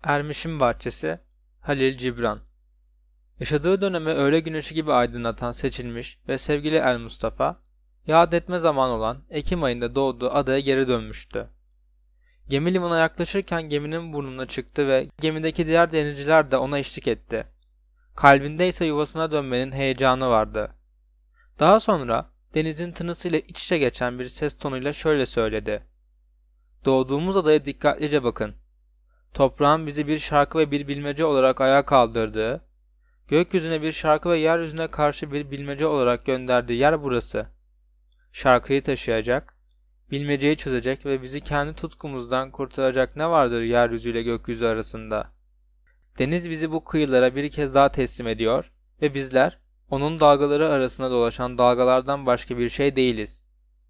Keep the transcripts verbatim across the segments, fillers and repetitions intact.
Ermiş'in bahçesi, Halil Cibran. Yaşadığı dönemi öğle güneşi gibi aydınlatan seçilmiş ve sevgili El Mustafa, yad etme zamanı olan Ekim ayında doğduğu adaya geri dönmüştü. Gemi limana yaklaşırken geminin burnuna çıktı ve gemideki diğer denizciler de ona eşlik etti. Kalbinde ise yuvasına dönmenin heyecanı vardı. Daha sonra denizin tınısıyla iç içe geçen bir ses tonuyla şöyle söyledi. Doğduğumuz adaya dikkatlice bakın. Toprağın bizi bir şarkı ve bir bilmece olarak ayağa kaldırdığı, gökyüzüne bir şarkı ve yeryüzüne karşı bir bilmece olarak gönderdiği yer burası. Şarkıyı taşıyacak, bilmeceyi çözecek ve bizi kendi tutkumuzdan kurtaracak ne vardır yeryüzüyle gökyüzü arasında? Deniz bizi bu kıyılara bir kez daha teslim ediyor ve bizler onun dalgaları arasında dolaşan dalgalardan başka bir şey değiliz.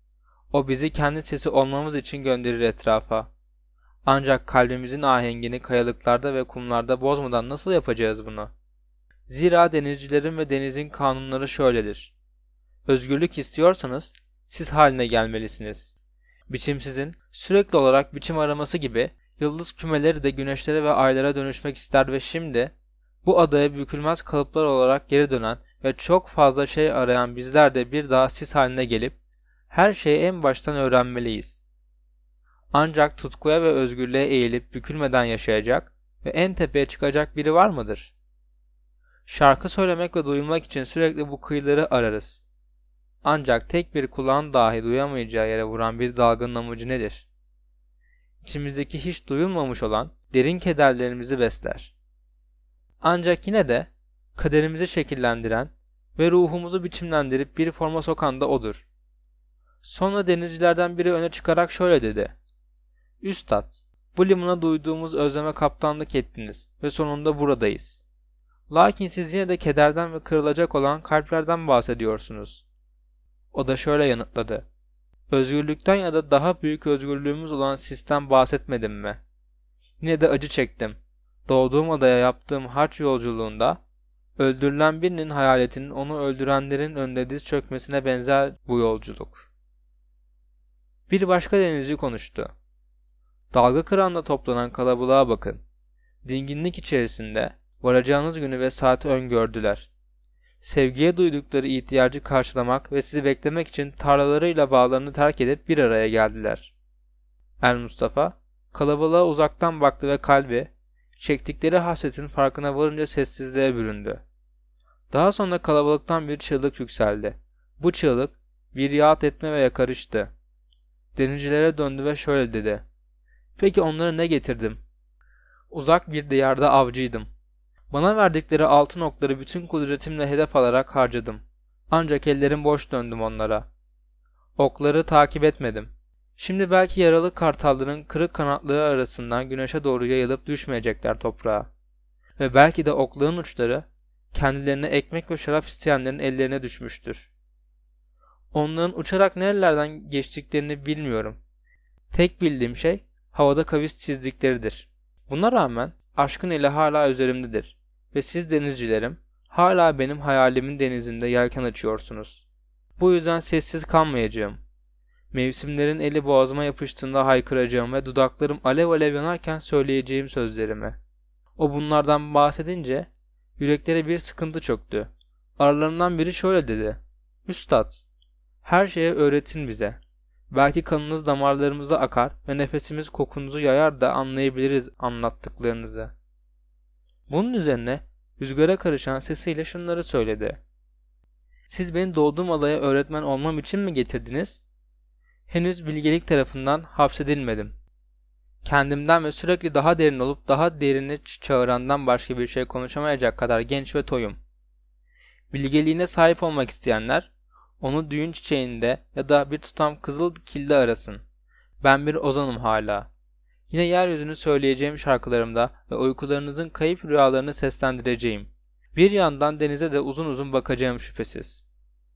O bizi kendi sesi olmamız için gönderir etrafa. Ancak kalbimizin ahengini kayalıklarda ve kumlarda bozmadan nasıl yapacağız bunu? Zira denizcilerin ve denizin kanunları şöyledir. Özgürlük istiyorsanız siz haline gelmelisiniz. Biçimsizin sürekli olarak biçim araması gibi yıldız kümeleri de güneşlere ve aylara dönüşmek ister ve şimdi bu adaya bükülmez kalıplar olarak geri dönen ve çok fazla şey arayan bizler de bir daha siz haline gelip her şeyi en baştan öğrenmeliyiz. Ancak tutkuya ve özgürlüğe eğilip bükülmeden yaşayacak ve en tepeye çıkacak biri var mıdır? Şarkı söylemek ve duymak için sürekli bu kıyıları ararız. Ancak tek bir kulağın dahi duyamayacağı yere vuran bir dalganın amacı nedir? İçimizdeki hiç duyulmamış olan derin kederlerimizi besler. Ancak yine de kaderimizi şekillendiren ve ruhumuzu biçimlendirip bir forma sokan da odur. Sonra denizcilerden biri öne çıkarak şöyle dedi. Üstad, bu limana duyduğumuz özleme kaptanlık ettiniz ve sonunda buradayız. Lakin siz yine de kederden ve kırılacak olan kalplerden bahsediyorsunuz. O da şöyle yanıtladı. Özgürlükten ya da daha büyük özgürlüğümüz olan sizden bahsetmedim mi? Yine de acı çektim. Doğduğum adaya yaptığım harç yolculuğunda öldürülen birinin hayaletinin onu öldürenlerin önünde diz çökmesine benzer bu yolculuk. Bir başka denizci konuştu. Dalga kırağında toplanan kalabalığa bakın. Dinginlik içerisinde varacağınız günü ve saati öngördüler. Sevgiye duydukları ihtiyacı karşılamak ve sizi beklemek için tarlalarıyla bağlarını terk edip bir araya geldiler. El Mustafa kalabalığa uzaktan baktı ve kalbi çektikleri hasretin farkına varınca sessizliğe büründü. Daha sonra kalabalıktan bir çığlık yükseldi. Bu çığlık bir yağıt etme ve yakarıştı. Denizcilere döndü ve şöyle dedi. Peki onları ne getirdim? Uzak bir diyarda avcıydım. Bana verdikleri altın okları bütün kudretimle hedef alarak harcadım. Ancak ellerim boş döndüm onlara. Okları takip etmedim. Şimdi belki yaralı kartalların kırık kanatlığı arasından güneşe doğru yayılıp düşmeyecekler toprağa. Ve belki de okların uçları kendilerine ekmek ve şarap isteyenlerin ellerine düşmüştür. Onların uçarak nerelerden geçtiklerini bilmiyorum. Tek bildiğim şey havada kavis çizdikleridir. Buna rağmen aşkın eli hala üzerimdedir ve siz denizcilerim hala benim hayalimin denizinde yelken açıyorsunuz. Bu yüzden sessiz kalmayacağım. Mevsimlerin eli boğazıma yapıştığında haykıracağım ve dudaklarım alev alev yanarken söyleyeceğim sözlerimi. O bunlardan bahsedince yüreklere bir sıkıntı çöktü. Aralarından biri şöyle dedi. Üstad, her şeye öğretin bize. Belki kanınız damarlarımıza akar ve nefesimiz kokunuzu yayar da anlayabiliriz anlattıklarınızı. Bunun üzerine rüzgara karışan sesiyle şunları söyledi. Siz beni doğduğum adaya öğretmen olmam için mi getirdiniz? Henüz bilgelik tarafından hapsedilmedim. Kendimden ve sürekli daha derin olup daha derini çağırandan başka bir şey konuşamayacak kadar genç ve toyum. Bilgeliğine sahip olmak isteyenler onu düğün çiçeğinde ya da bir tutam kızıl kilde arasın. Ben bir ozanım hala. Yine yeryüzünü söyleyeceğim şarkılarımda ve uykularınızın kayıp rüyalarını seslendireceğim. Bir yandan denize de uzun uzun bakacağım şüphesiz.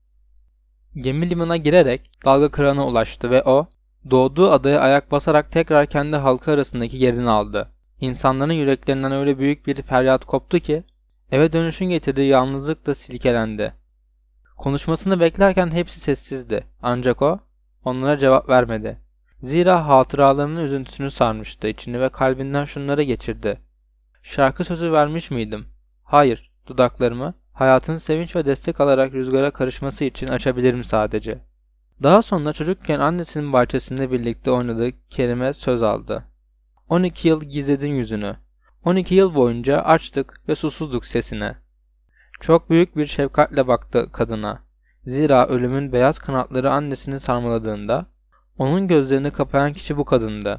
Gemi limana girerek dalga kırağına ulaştı ve o, doğduğu adaya ayak basarak tekrar kendi halkı arasındaki yerini aldı. İnsanların yüreklerinden öyle büyük bir feryat koptu ki, eve dönüşün getirdiği yalnızlık da silkelendi. Konuşmasını beklerken hepsi sessizdi. Ancak o, onlara cevap vermedi. Zira hatıralarının üzüntüsünü sarmıştı içini ve kalbinden şunları geçirdi. Şarkı sözü vermiş miydim? Hayır, dudaklarımı hayatın sevinç ve destek alarak rüzgara karışması için açabilirim sadece. Daha sonra çocukken annesinin bahçesinde birlikte oynadığı Kerim'e söz aldı. on iki yıl gizledin yüzünü. on iki yıl boyunca açtık ve susuzduk sesine. Çok büyük bir şefkatle baktı kadına. Zira ölümün beyaz kanatları annesini sarmaladığında onun gözlerini kapayan kişi bu kadındı.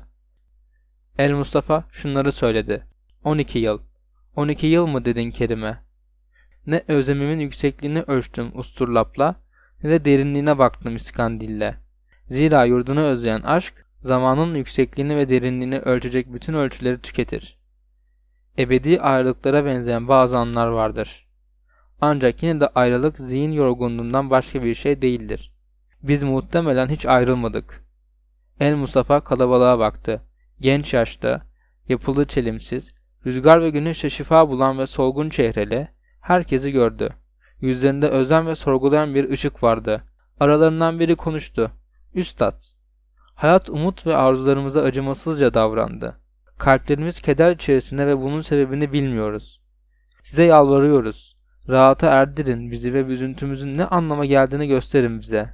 El Mustafa şunları söyledi. on iki yıl. on iki yıl mı dedin Kerim'e? Ne özlemimin yüksekliğini ölçtüm usturlapla, ne de derinliğine baktım iskandille. Zira yurdunu özleyen aşk, zamanın yüksekliğini ve derinliğini ölçecek bütün ölçüleri tüketir. Ebedi ayrılıklara benzeyen bazı anlar vardır. Ancak yine de ayrılık zihin yorgunluğundan başka bir şey değildir. Biz muhtemelen hiç ayrılmadık. El Mustafa kalabalığa baktı. Genç yaşta, yapılı çelimsiz, rüzgar ve güneşle şifa bulan ve solgun çehreli, herkesi gördü. Yüzlerinde özlem ve sorgulayan bir ışık vardı. Aralarından biri konuştu. Üstad, hayat umut ve arzularımıza acımasızca davrandı. Kalplerimiz keder içerisinde ve bunun sebebini bilmiyoruz. Size yalvarıyoruz. Rahata erdirin bizi ve üzüntümüzün ne anlama geldiğini gösterin bize.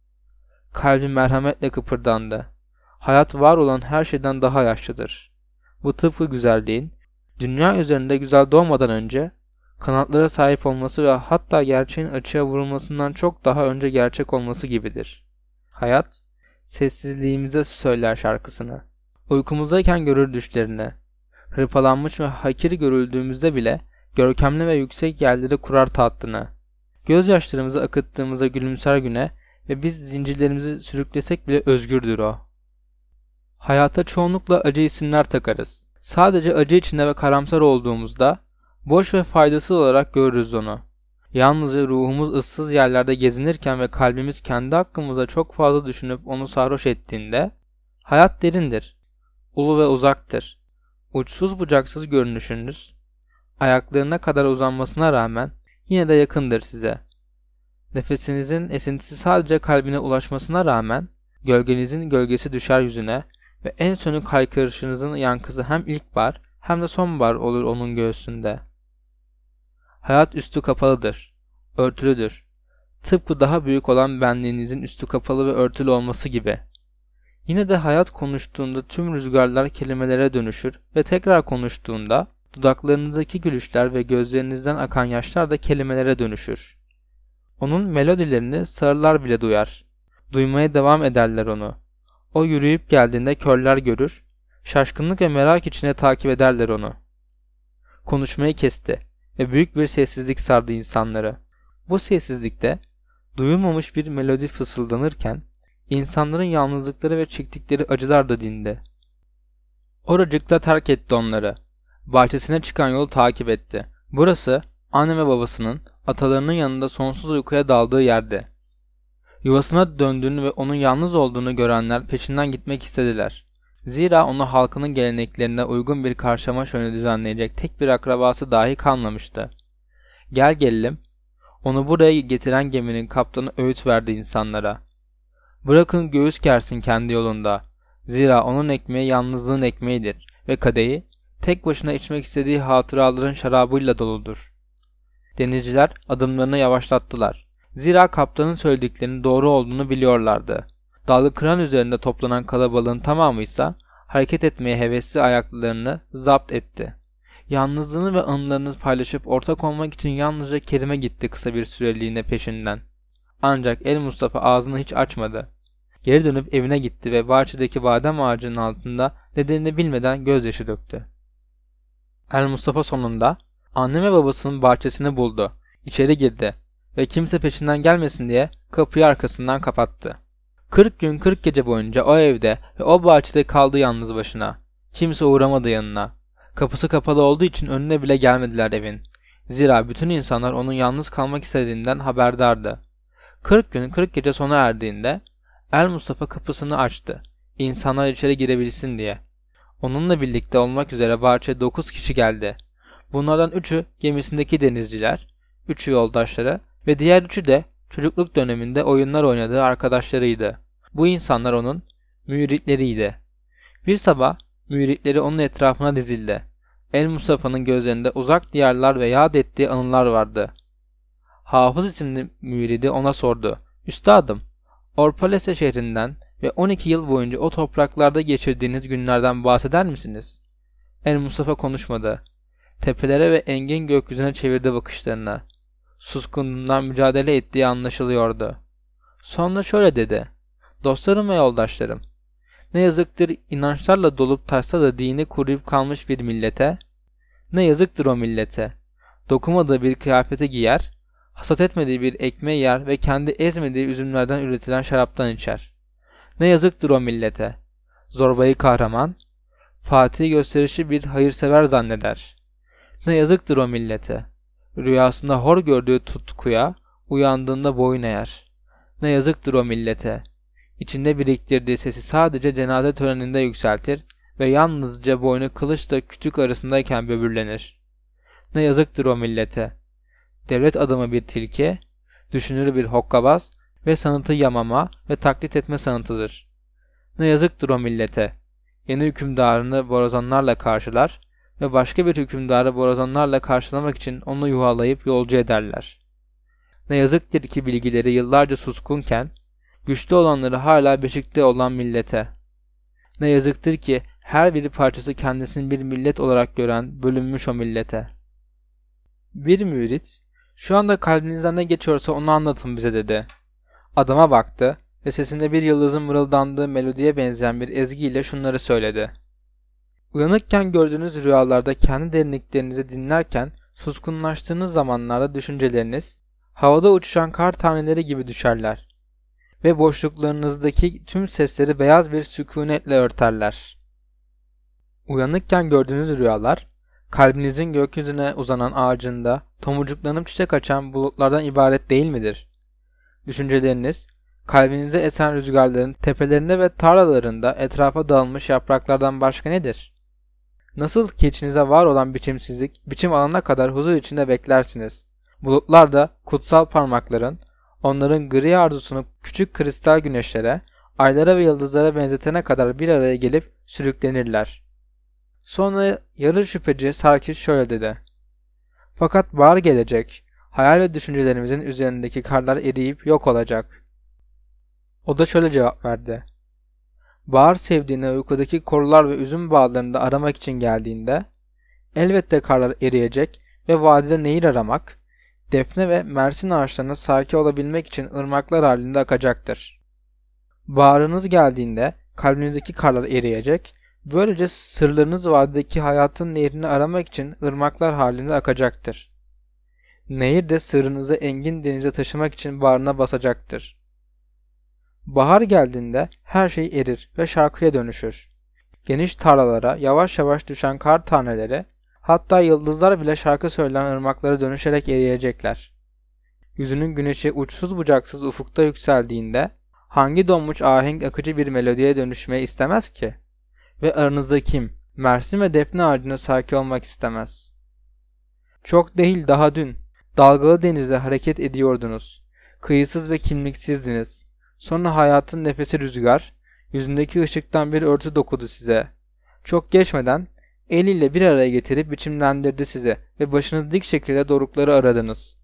Kalbi merhametle kıpırdandı. Hayat var olan her şeyden daha yaşlıdır. Bu tıpkı güzelliğin, dünya üzerinde güzel doğmadan önce, kanatlara sahip olması ve hatta gerçeğin açığa vurulmasından çok daha önce gerçek olması gibidir. Hayat, sessizliğimize söyler şarkısını. Uykumuzdayken görür düşlerini. Hırpalanmış ve hakir görüldüğümüzde bile görkemli ve yüksek yerlere kurar tahtını. Gözyaşlarımızı akıttığımızda gülümser güne ve biz zincirlerimizi sürüklesek bile özgürdür o. Hayata çoğunlukla acı isimler takarız. Sadece acı içinde ve karamsar olduğumuzda boş ve faydasız olarak görürüz onu. Yalnızca ruhumuz ıssız yerlerde gezinirken ve kalbimiz kendi hakkımızda çok fazla düşünüp onu sarhoş ettiğinde hayat derindir, ulu ve uzaktır. Uçsuz bucaksız görünüşünüz, ayaklarına kadar uzanmasına rağmen yine de yakındır size. Nefesinizin esintisi sadece kalbine ulaşmasına rağmen gölgenizin gölgesi düşer yüzüne ve en sönük haykırışınızın yankısı hem ilkbahar hem de sonbahar olur onun göğsünde. Hayat üstü kapalıdır, örtülüdür. Tıpkı daha büyük olan benliğinizin üstü kapalı ve örtülü olması gibi. Yine de hayat konuştuğunda tüm rüzgarlar kelimelere dönüşür ve tekrar konuştuğunda dudaklarınızdaki gülüşler ve gözlerinizden akan yaşlar da kelimelere dönüşür. Onun melodilerini sağırlar bile duyar. Duymaya devam ederler onu. O yürüyüp geldiğinde körler görür, şaşkınlık ve merak içine takip ederler onu. Konuşmayı kesti ve büyük bir sessizlik sardı insanları. Bu sessizlikte duyulmamış bir melodi fısıldanırken insanların yalnızlıkları ve çektikleri acılar da dindi. Oracıkta terk etti onları. Bahçesine çıkan yolu takip etti. Burası anne ve babasının, atalarının yanında sonsuz uykuya daldığı yerdi. Yuvasına döndüğünü ve onun yalnız olduğunu görenler peşinden gitmek istediler. Zira onu halkının geleneklerine uygun bir karşılama şöleni düzenleyecek tek bir akrabası dahi kalmamıştı. Gel gelelim, onu buraya getiren geminin kaptanı öğüt verdi insanlara. Bırakın göğüs gersin kendi yolunda. Zira onun ekmeği yalnızlığın ekmeğidir ve kadehi tek başına içmek istediği hatıraların şarabıyla doludur. Denizciler adımlarını yavaşlattılar. Zira kaptanın söylediklerinin doğru olduğunu biliyorlardı. Dalga kıran üzerinde toplanan kalabalığın tamamı ise hareket etmeye hevesli ayaklarını zapt etti. Yalnızlığını ve anılarını paylaşıp ortak olmak için yalnızca Kerim'e gitti kısa bir süreliğine peşinden. Ancak El Mustafa ağzını hiç açmadı. Geri dönüp evine gitti ve bahçedeki badem ağacının altında nedenini bilmeden gözyaşı döktü. El Mustafa sonunda anne ve babasının bahçesini buldu. İçeri girdi ve kimse peşinden gelmesin diye kapıyı arkasından kapattı. Kırk gün kırk gece boyunca o evde ve o bahçede kaldı yalnız başına. Kimse uğramadı yanına. Kapısı kapalı olduğu için önüne bile gelmediler evin. Zira bütün insanlar onun yalnız kalmak istediğinden haberdardı. Kırk gün kırk gece sona erdiğinde El Mustafa kapısını açtı. İnsanlar içeri girebilsin diye. Onunla birlikte olmak üzere bahçeye dokuz kişi geldi. Bunlardan üçü gemisindeki denizciler, üçü yoldaşları ve diğer üçü de çocukluk döneminde oyunlar oynadığı arkadaşlarıydı. Bu insanlar onun müritleriydi. Bir sabah müritleri onun etrafına dizildi. El Mustafa'nın gözlerinde uzak diyarlar ve yad ettiği anılar vardı. Hafız isimli müridi ona sordu. Üstadım, Orpalese şehrinden ve on iki yıl boyunca o topraklarda geçirdiğiniz günlerden bahseder misiniz? El Mustafa konuşmadı. Tepelere ve engin gökyüzüne çevirdi bakışlarını. Suskunluğundan mücadele ettiği anlaşılıyordu. Sonra şöyle dedi. Dostlarım ve yoldaşlarım, ne yazıktır inançlarla dolup taşsa da dini kuruyup kalmış bir millete, ne yazıktır o millete, dokumadığı bir kıyafeti giyer, hasat etmediği bir ekmeği yer ve kendi ezmediği üzümlerden üretilen şaraptan içer. Ne yazıktır o millete, zorbayı kahraman, Fatih'i gösterişi bir hayırsever zanneder. Ne yazıktır o millete, rüyasında hor gördüğü tutkuya, uyandığında boyun eğer. Ne yazıktır o millete, İçinde biriktirdiği sesi sadece cenaze töreninde yükseltir ve yalnızca boynu kılıçla kütük arasındayken böbürlenir. Ne yazıktır o millete. Devlet adamı bir tilki, düşünür bir hokkabaz ve sanatı yamama ve taklit etme sanatıdır. Ne yazıktır o millete. Yeni hükümdarını borazanlarla karşılar ve başka bir hükümdarı borazanlarla karşılamak için onu yuhalayıp yolcu ederler. Ne yazıktır ki bilgileri yıllarca suskunken, güçlü olanları hala beşikte olan millete. Ne yazıktır ki her bir parçası kendisini bir millet olarak gören bölünmüş o millete. Bir mürit, şu anda kalbinizden ne geçiyorsa onu anlatın bize dedi. Adama baktı ve sesinde bir yıldızın mırıldandığı melodiye benzeyen bir ezgiyle şunları söyledi. Uyanıkken gördüğünüz rüyalarda kendi derinliklerinizi dinlerken suskunlaştığınız zamanlarda düşünceleriniz, havada uçuşan kar taneleri gibi düşerler ve boşluklarınızdaki tüm sesleri beyaz bir sükunetle örterler. Uyanıkken gördüğünüz rüyalar, kalbinizin gökyüzüne uzanan ağacında tomurcuklanıp çiçek açan bulutlardan ibaret değil midir? Düşünceleriniz, kalbinize esen rüzgarların tepelerinde ve tarlalarında etrafa dağılmış yapraklardan başka nedir? Nasıl ki içinize var olan biçimsizlik, biçim alana kadar huzur içinde beklersiniz. Bulutlar da kutsal parmakların, onların gri arzusunu küçük kristal güneşlere, aylara ve yıldızlara benzetene kadar bir araya gelip sürüklenirler. Sonra yarı şüpheci Sarkis şöyle dedi. Fakat bahar gelecek, hayal ve düşüncelerimizin üzerindeki karlar eriyip yok olacak. O da şöyle cevap verdi. Bahar sevdiğini uykudaki korular ve üzüm bağlarında aramak için geldiğinde, elbette karlar eriyecek ve vadide nehir aramak, defne ve mersin ağaçlarına sakin olabilmek için ırmaklar halinde akacaktır. Baharınız geldiğinde kalbinizdeki karlar eriyecek, böylece sırlarınız vadideki hayatın nehrini aramak için ırmaklar halinde akacaktır. Nehir de sırrınızı engin denize taşımak için bağrına basacaktır. Bahar geldiğinde her şey erir ve şarkıya dönüşür. Geniş tarlalara yavaş yavaş düşen kar taneleri, hatta yıldızlar bile şarkı söyleyen ırmaklara dönüşerek eriyecekler. Yüzünün güneşi uçsuz bucaksız ufukta yükseldiğinde, hangi donmuş ahenk akıcı bir melodiye dönüşmeyi istemez ki? Ve aranızda kim, Mersin ve defne ağacına sakin olmak istemez? Çok değil daha dün, dalgalı denizde hareket ediyordunuz. Kıyısız ve kimliksizdiniz. Sonra hayatın nefesi rüzgar, yüzündeki ışıktan bir örtü dokudu size. Çok geçmeden, eliyle bir araya getirip biçimlendirdi sizi ve başınız dik şekilde dorukları aradınız.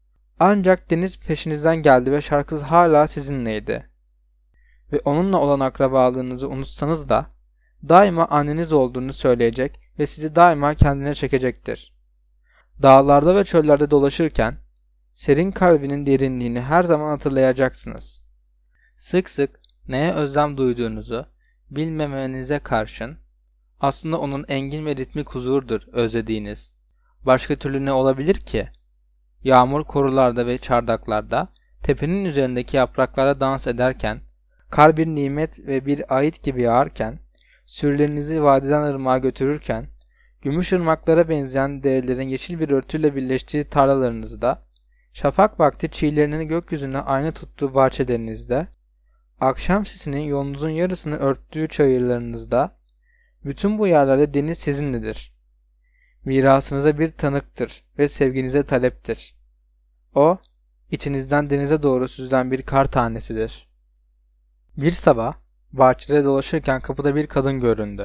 Ancak deniz peşinizden geldi ve şarkınız hala sizinleydi. Ve onunla olan akrabalığınızı unutsanız da, daima anneniz olduğunu söyleyecek ve sizi daima kendine çekecektir. Dağlarda ve çöllerde dolaşırken, serin kalbinin derinliğini her zaman hatırlayacaksınız. Sık sık neye özlem duyduğunuzu bilmemenize karşın, aslında onun engin ve ritmik huzurdur özlediğiniz. Başka türlü ne olabilir ki? Yağmur korularda ve çardaklarda, tepenin üzerindeki yapraklara dans ederken, kar bir nimet ve bir ait gibi yağarken, sürülerinizi vadiden ırmağa götürürken, gümüş ırmaklara benzeyen derilerin yeşil bir örtüyle birleştiği tarlalarınızda, şafak vakti çiğlerinin gökyüzüne aynı tuttuğu bahçelerinizde, akşam sisinin yolunuzun yarısını örttüğü çayırlarınızda, bütün bu yerlerde deniz sizinledir. Mirasınıza bir tanıktır ve sevginize taleptir. O, içinizden denize doğru süzülen bir kar tanesidir. Bir sabah, bahçede dolaşırken kapıda bir kadın göründü.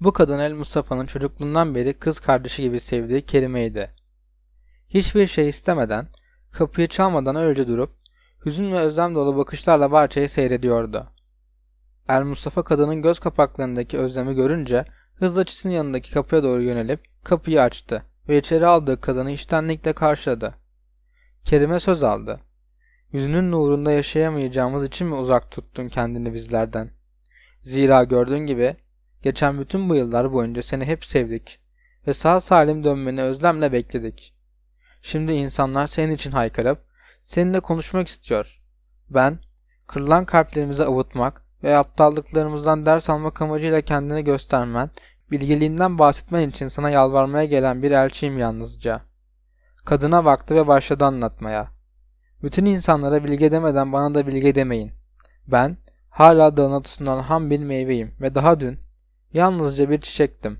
Bu kadın El Mustafa'nın çocukluğundan beri kız kardeşi gibi sevdiği Kerime'ydi. Hiçbir şey istemeden, kapıyı çalmadan öylece durup, hüzün ve özlem dolu bakışlarla bahçeyi seyrediyordu. El Mustafa kadının göz kapaklarındaki özlemi görünce hızla Çisin yanındaki kapıya doğru yönelip kapıyı açtı ve içeri aldığı kadını içtenlikle karşıladı. Kerime söz aldı. Yüzünün nurunda yaşayamayacağımız için mi uzak tuttun kendini bizlerden? Zira gördüğün gibi geçen bütün bu yıllar boyunca seni hep sevdik ve sağ salim dönmeni özlemle bekledik. Şimdi insanlar senin için haykırıp seninle konuşmak istiyor. Ben, kırılan kalplerimizi avutmak ve aptallıklarımızdan ders almak amacıyla kendini göstermen, bilgeliğinden bahsetmen için sana yalvarmaya gelen bir elçiyim yalnızca. Kadına baktı ve başladı anlatmaya. Bütün insanlara bilge demeden bana da bilge demeyin. Ben, hala dalına tutunan ham bir meyveyim ve daha dün, yalnızca bir çiçektim.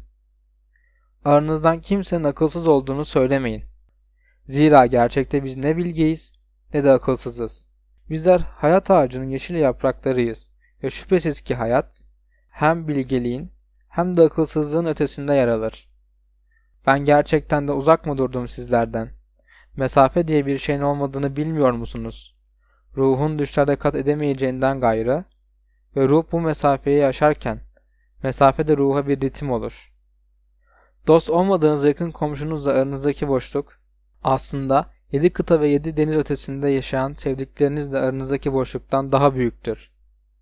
Aranızdan kimsenin akılsız olduğunu söylemeyin. Zira gerçekte biz ne bilgeyiz ne de akılsızız. Bizler hayat ağacının yeşil yapraklarıyız ve şüphesiz ki hayat hem bilgeliğin hem de akılsızlığın ötesinde yer alır. Ben gerçekten de uzak mı durdum sizlerden? Mesafe diye bir şeyin olmadığını bilmiyor musunuz? Ruhun düşlerde kat edemeyeceğinden gayrı ve ruh bu mesafeyi yaşarken mesafe de ruha bir ritim olur. Dost olmadığınız yakın komşunuzla aranızdaki boşluk aslında yedi kıta ve yedi deniz ötesinde yaşayan sevdiklerinizle aranızdaki boşluktan daha büyüktür.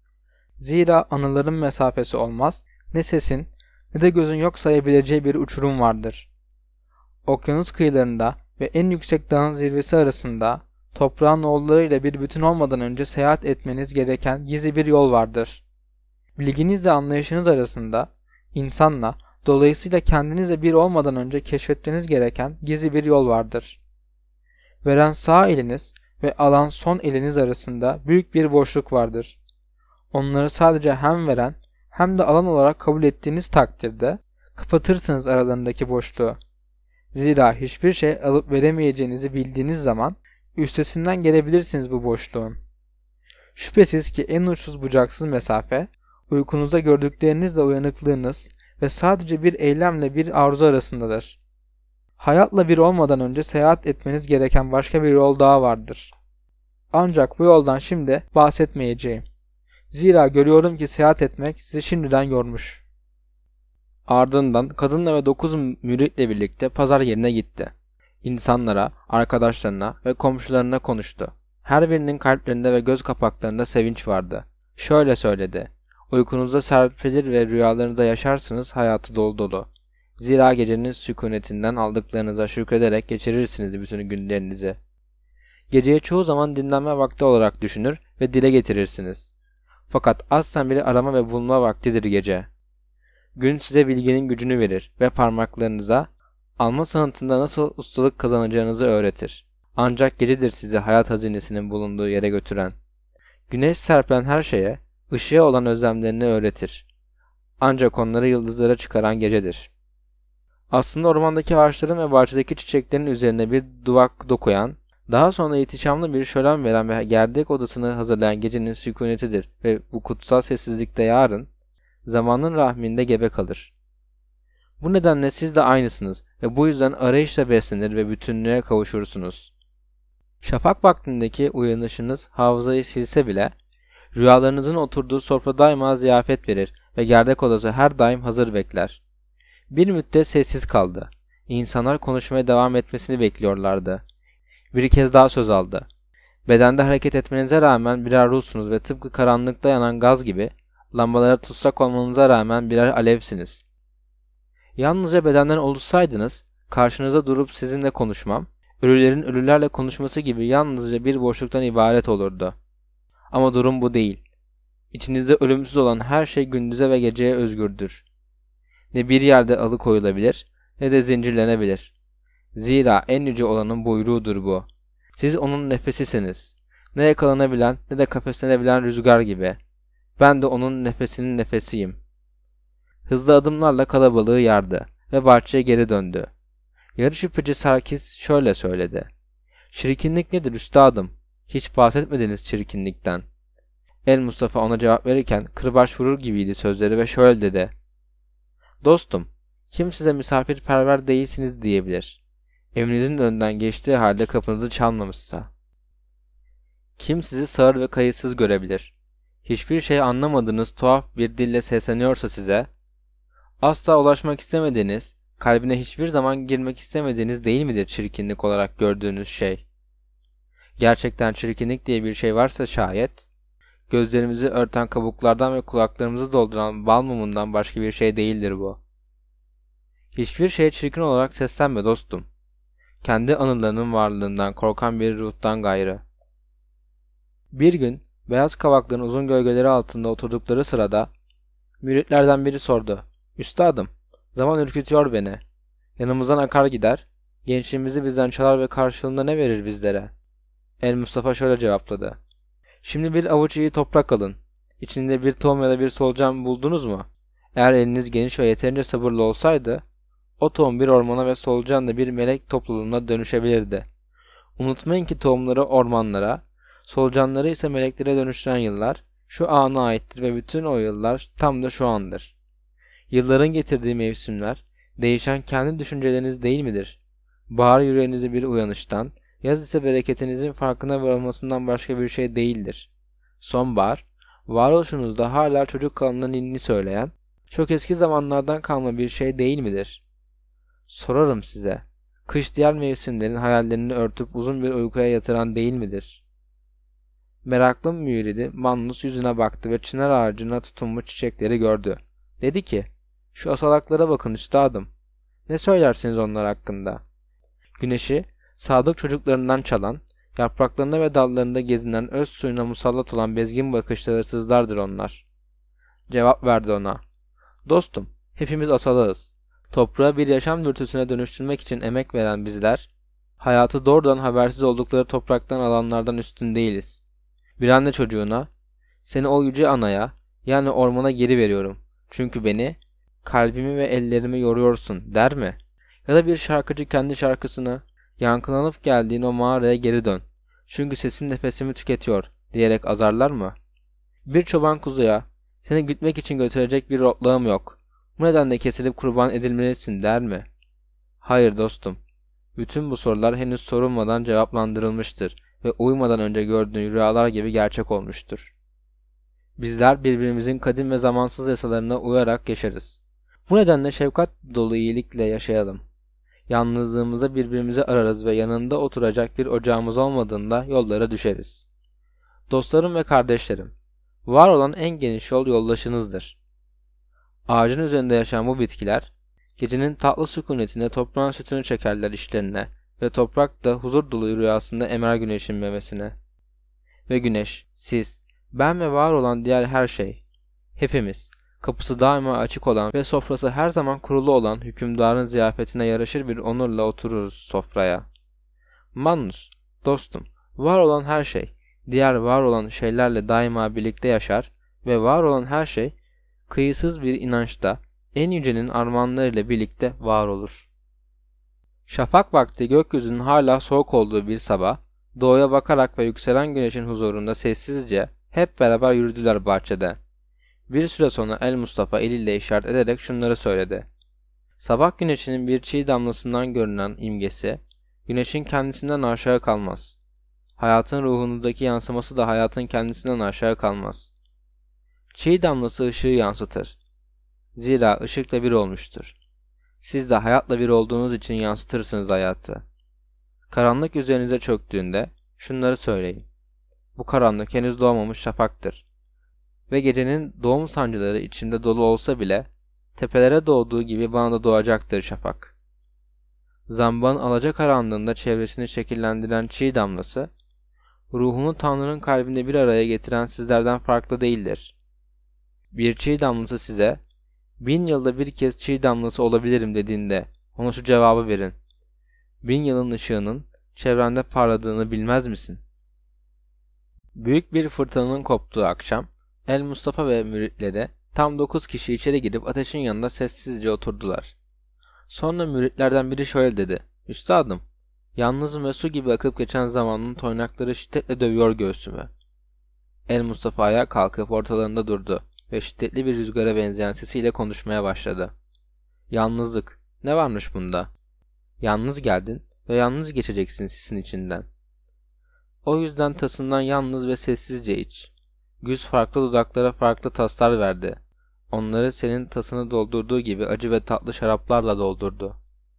Zira anıların mesafesi olmaz, ne sesin ne de gözün yok sayabileceği bir uçurum vardır. Okyanus kıyılarında ve en yüksek dağın zirvesi arasında toprağın oğullarıyla bir bütün olmadan önce seyahat etmeniz gereken gizli bir yol vardır. Bilginizle anlayışınız arasında insanla, dolayısıyla kendinizle bir olmadan önce keşfetmeniz gereken gizli bir yol vardır. Veren sağ eliniz ve alan son eliniz arasında büyük bir boşluk vardır. Onları sadece hem veren hem de alan olarak kabul ettiğiniz takdirde kapatırsınız aralarındaki boşluğu. Zira hiçbir şey alıp veremeyeceğinizi bildiğiniz zaman üstesinden gelebilirsiniz bu boşluğun. Şüphesiz ki en uçsuz bucaksız mesafe, uykunuzda gördüklerinizle uyanıklığınız ve sadece bir eylemle bir arzu arasındadır. Hayatla bir olmadan önce seyahat etmeniz gereken başka bir yol daha vardır. Ancak bu yoldan şimdi bahsetmeyeceğim. Zira görüyorum ki seyahat etmek sizi şimdiden yormuş. Ardından kadınla ve dokuz müritle birlikte pazar yerine gitti. İnsanlara, arkadaşlarına ve komşularına konuştu. Her birinin kalplerinde ve göz kapaklarında sevinç vardı. Şöyle söyledi: uykunuzda serpilir ve rüyalarınızda yaşarsınız hayatı dolu dolu. Zira gecenin sükunetinden aldıklarınıza şükrederek geçirirsiniz bütün günlerinizi. Geceyi çoğu zaman dinlenme vakti olarak düşünür ve dile getirirsiniz. Fakat aslen bir arama ve bulma vaktidir gece. Gün size bilginin gücünü verir ve parmaklarınıza alma sanatında nasıl ustalık kazanacağınızı öğretir. Ancak gecedir sizi hayat hazinesinin bulunduğu yere götüren. Güneş serpilen her şeye, ışığa olan özlemlerini öğretir. Ancak onları yıldızlara çıkaran gecedir. Aslında ormandaki ağaçların ve bahçedeki çiçeklerin üzerine bir duvak dokuyan, daha sonra ihtişamlı bir şölen veren ve gerdek odasını hazırlayan gecenin sükunetidir ve bu kutsal sessizlikte yarın, zamanın rahminde gebe kalır. Bu nedenle siz de aynısınız ve bu yüzden arayışla beslenir ve bütünlüğe kavuşursunuz. Şafak vaktindeki uyanışınız hafızayı silse bile, rüyalarınızın oturduğu sofra daima ziyafet verir ve gerdek odası her daim hazır bekler. Bir müddet sessiz kaldı. İnsanlar konuşmaya devam etmesini bekliyorlardı. Bir kez daha söz aldı. Bedende hareket etmenize rağmen birer ruhsunuz ve tıpkı karanlıkta yanan gaz gibi lambalara tutsak olmanıza rağmen birer alevsiniz. Yalnızca bedenden oluşsaydınız, karşınıza durup sizinle konuşmam, ölülerin ölülerle konuşması gibi yalnızca bir boşluktan ibaret olurdu. Ama durum bu değil. İçinizde ölümsüz olan her şey gündüze ve geceye özgürdür. Ne bir yerde alıkoyulabilir ne de zincirlenebilir. Zira en yüce olanın buyruğudur bu. Siz onun nefesisiniz. Ne yakalanabilen ne de kafeslenebilen rüzgar gibi. Ben de onun nefesinin nefesiyim. Hızlı adımlarla kalabalığı yardı ve bahçeye geri döndü. Yarı şüpheci Sarkis şöyle söyledi: "Çirkinlik nedir üstadım? Hiç bahsetmediniz çirkinlikten." El Mustafa ona cevap verirken kırbaç vurur gibiydi sözleri ve şöyle dedi: Dostum, kim size misafirperver değilsiniz diyebilir? Evinizin önünden geçtiği halde kapınızı çalmamışsa. Kim sizi sağır ve kayıtsız görebilir? Hiçbir şey anlamadığınız tuhaf bir dille sesleniyorsa size, asla ulaşmak istemediğiniz, kalbine hiçbir zaman girmek istemediğiniz değil midir çirkinlik olarak gördüğünüz şey? Gerçekten çirkinlik diye bir şey varsa şayet, gözlerimizi örten kabuklardan ve kulaklarımızı dolduran bal mumundan başka bir şey değildir bu. Hiçbir şeye çirkin olarak seslenme dostum. Kendi anılarının varlığından korkan bir ruhtan gayrı. Bir gün, beyaz kavakların uzun gölgeleri altında oturdukları sırada, müritlerden biri sordu. Üstadım, zaman ürkütüyor beni. Yanımızdan akar gider, gençliğimizi bizden çalar ve karşılığında ne verir bizlere? El Mustafa şöyle cevapladı. Şimdi bir avuç iyi toprak alın. İçinde bir tohum ya da bir solucan buldunuz mu? Eğer eliniz geniş ve yeterince sabırlı olsaydı, o tohum bir ormana ve solucan da bir melek topluluğuna dönüşebilirdi. Unutmayın ki tohumları ormanlara, solucanları ise meleklere dönüştüren yıllar şu ana aittir ve bütün o yıllar tam da şu andır. Yılların getirdiği mevsimler, değişen kendi düşünceleriniz değil midir? Bahar yüreğinizi bir uyanıştan, yaz ise bereketinizin farkına varılmasından başka bir şey değildir. Sonbahar, varoluşunuzda hala çocuk kanında ninni söyleyen, çok eski zamanlardan kalma bir şey değil midir? Sorarım size, kış diğer mevsimlerin hayallerini örtüp uzun bir uykuya yatıran değil midir? Meraklı müridi Mannus yüzüne baktı ve çınar ağacına tutunmuş çiçekleri gördü. Dedi ki, şu asalaklara bakın üstadım. Ne söylersiniz onlar hakkında? Güneşi, sadık çocuklarından çalan, yapraklarında ve dallarında gezinen öz suyuna musallat olan bezgin bakışlı hırsızlardır onlar. Cevap verdi ona. Dostum, hepimiz asalağız. Toprağı bir yaşam dürtüsüne dönüştürmek için emek veren bizler, hayatı doğrudan habersiz oldukları topraktan alanlardan üstün değiliz. Bir anne çocuğuna, seni o yüce anaya, yani ormana geri veriyorum. Çünkü beni, kalbimi ve ellerimi yoruyorsun der mi? Ya da bir şarkıcı kendi şarkısını, yankılanıp geldiğin o mağaraya geri dön. Çünkü sesin nefesimi tüketiyor diyerek azarlar mı? Bir çoban kuzuya, seni gütmek için götürecek bir otlağım yok. Bu nedenle kesilip kurban edilmelisin der mi? Hayır dostum. Bütün bu sorular henüz sorulmadan cevaplandırılmıştır ve uyumadan önce gördüğün rüyalar gibi gerçek olmuştur. Bizler birbirimizin kadim ve zamansız yasalarına uyarak yaşarız. Bu nedenle şefkat dolu iyilikle yaşayalım. Yalnızlığımızda birbirimizi ararız ve yanında oturacak bir ocağımız olmadığında yollara düşeriz. Dostlarım ve kardeşlerim, var olan en geniş yol yoldaşınızdır. Ağacın üzerinde yaşayan bu bitkiler, gecenin tatlı sükunetinde toprağın sütünü çekerler işlerine ve toprak da huzur dolu rüyasında emer güneşin memesine. Ve güneş, siz, ben ve var olan diğer her şey, hepimiz, kapısı daima açık olan ve sofrası her zaman kurulu olan hükümdarın ziyafetine yaraşır bir onurla otururuz sofraya. Mannus, dostum, var olan her şey, diğer var olan şeylerle daima birlikte yaşar ve var olan her şey, kıyısız bir inançta en yücenin armağanlarıyla birlikte var olur. Şafak vakti gökyüzünün hala soğuk olduğu bir sabah, doğuya bakarak ve yükselen güneşin huzurunda sessizce hep beraber yürüdüler bahçede. Bir süre sonra El Mustafa eliyle işaret ederek şunları söyledi. Sabah güneşinin bir çiğ damlasından görünen imgesi, güneşin kendisinden aşağı kalmaz. Hayatın ruhunuzdaki yansıması da hayatın kendisinden aşağı kalmaz. Çiğ damlası ışığı yansıtır. Zira ışıkla bir olmuştur. Siz de hayatla bir olduğunuz için yansıtırsınız hayatı. Karanlık üzerinize çöktüğünde şunları söyleyin. Bu karanlık henüz doğmamış şafaktır. Ve gecenin doğum sancıları içimde dolu olsa bile, tepelere doğduğu gibi bana da doğacaktır şafak. Zambanın alacakaranlığında çevresini şekillendiren çiğ damlası, ruhunu Tanrı'nın kalbinde bir araya getiren sizlerden farklı değildir. Bir çiğ damlası size, bin yılda bir kez çiğ damlası olabilirim dediğinde, ona şu cevabı verin. Bin yılın ışığının çevrende parladığını bilmez misin? Büyük bir fırtınanın koptuğu akşam, El Mustafa ve müritleri tam dokuz kişi içeri girip ateşin yanında sessizce oturdular. Sonra müritlerden biri şöyle dedi. Üstadım, yalnızım ve su gibi akıp geçen zamanın toynakları şiddetle dövüyor göğsümü. El Mustafa ayağa kalkıp ortalarında durdu ve şiddetli bir rüzgara benzeyen sesiyle konuşmaya başladı. Yalnızlık. Ne varmış bunda? Yalnız geldin ve yalnız geçeceksin sisin içinden. O yüzden tasından yalnız ve sessizce iç. Güz farklı dudaklara farklı taslar verdi. Onları senin tasını doldurduğu gibi acı ve tatlı şaraplarla doldurdu.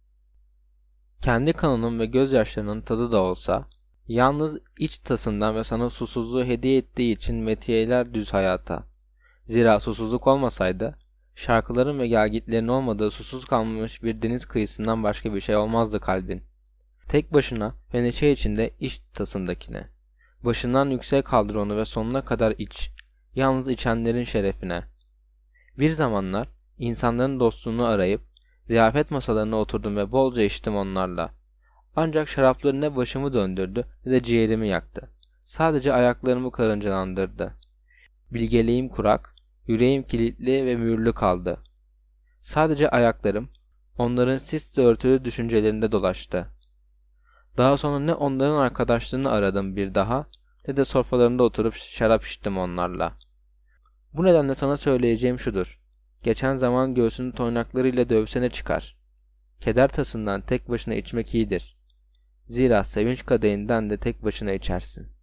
Kendi kanının ve gözyaşlarının tadı da olsa, yalnız iç tasından ve sana susuzluğu hediye ettiği için metiyeler düz hayata. Zira susuzluk olmasaydı, şarkıların ve gelgitlerin olmadığı susuz kalmamış bir deniz kıyısından başka bir şey olmazdı kalbin. Tek başına ve neşe içinde iç tasındakine. Başından yükseğe kaldır onu ve sonuna kadar iç. Yalnız içenlerin şerefine. Bir zamanlar insanların dostluğunu arayıp ziyafet masalarına oturdum ve bolca içtim onlarla. Ancak şarapları ne başımı döndürdü ne de ciğerimi yaktı. Sadece ayaklarımı karıncalandırdı. Bilgeliğim kurak, yüreğim kilitli ve mühürlü kaldı. Sadece ayaklarım onların sisle örtülü düşüncelerinde dolaştı. Daha sonra ne onların arkadaşlığını aradım bir daha ne de sofralarında oturup şarap içtim onlarla. Bu nedenle sana söyleyeceğim şudur. Geçen zaman göğsünü toynaklarıyla dövsene çıkar. Keder tasından tek başına içmek iyidir. Zira sevinç kadehinden de tek başına içersin.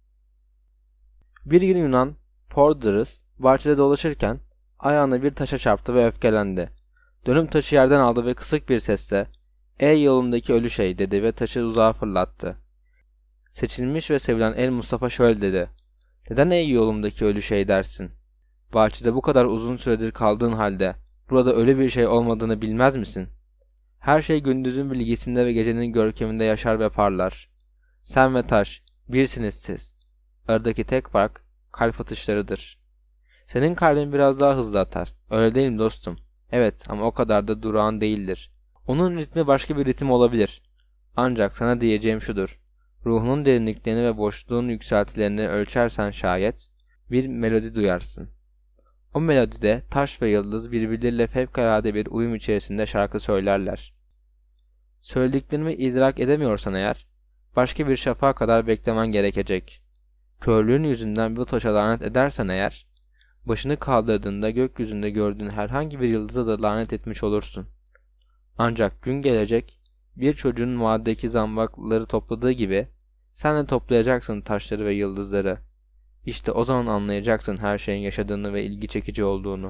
Bir gün Yunan, Porderus, bahçede dolaşırken ayağına bir taşa çarptı ve öfkelendi. Dönüp taşı yerden aldı ve kısık bir sesle "Ey yolumdaki ölü şey" dedi ve taşı uzağa fırlattı. Seçilmiş ve sevilen El Mustafa şöyle dedi: "Neden ey yolumdaki ölü şey dersin? Bahçede bu kadar uzun süredir kaldığın halde burada öyle bir şey olmadığını bilmez misin? Her şey gündüzün bilgisinde ve gecenin görkeminde yaşar ve parlar. Sen ve taş birsiniz siz. Aradaki tek fark kalp atışlarıdır. Senin kalbin biraz daha hızlı atar. Öyle değil mi dostum? Evet, ama o kadar da durağan değildir. Onun ritmi başka bir ritim olabilir. Ancak sana diyeceğim şudur. Ruhunun derinliklerini ve boşluğun yükseltilerini ölçersen şayet bir melodi duyarsın. O melodide taş ve yıldız birbirleriyle fevkalade bir uyum içerisinde şarkı söylerler. Söylediklerimi idrak edemiyorsan eğer, başka bir şafağa kadar beklemen gerekecek. Körlüğün yüzünden bu taşa lanet edersen eğer, başını kaldırdığında gökyüzünde gördüğün herhangi bir yıldıza da lanet etmiş olursun. Ancak gün gelecek, bir çocuğun vadideki zambakları topladığı gibi, sen de toplayacaksın taşları ve yıldızları. İşte o zaman anlayacaksın her şeyin yaşadığını ve ilgi çekici olduğunu.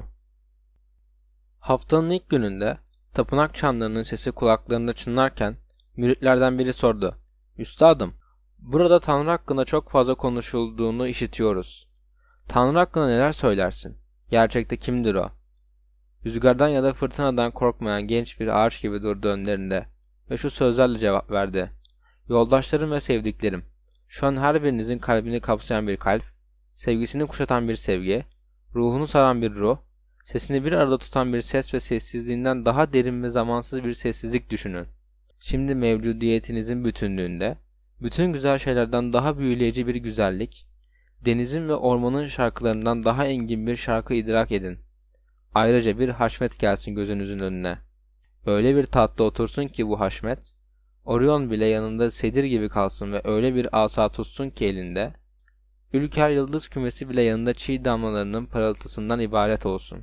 Haftanın ilk gününde, tapınak çanlarının sesi kulaklarında çınlarken, müritlerden biri sordu. "Üstadım, burada Tanrı hakkında çok fazla konuşulduğunu işitiyoruz. Tanrı hakkında neler söylersin? Gerçekte kimdir o?" Rüzgardan ya da fırtınadan korkmayan genç bir ağaç gibi durdu önlerinde ve şu sözlerle cevap verdi. "Yoldaşlarım ve sevdiklerim, şu an her birinizin kalbini kapsayan bir kalp, sevgisini kuşatan bir sevgi, ruhunu saran bir ruh, sesini bir arada tutan bir ses ve sessizliğinden daha derin ve zamansız bir sessizlik düşünün. Şimdi mevcudiyetinizin bütünlüğünde, bütün güzel şeylerden daha büyüleyici bir güzellik, denizin ve ormanın şarkılarından daha engin bir şarkı idrak edin. Ayrıca bir haşmet gelsin gözünüzün önüne. Öyle bir tatlı otursun ki bu haşmet, Orion bile yanında sedir gibi kalsın ve öyle bir asa tutsun ki elinde, ülker yıldız kümesi bile yanında çiğ damlalarının parıltısından ibaret olsun.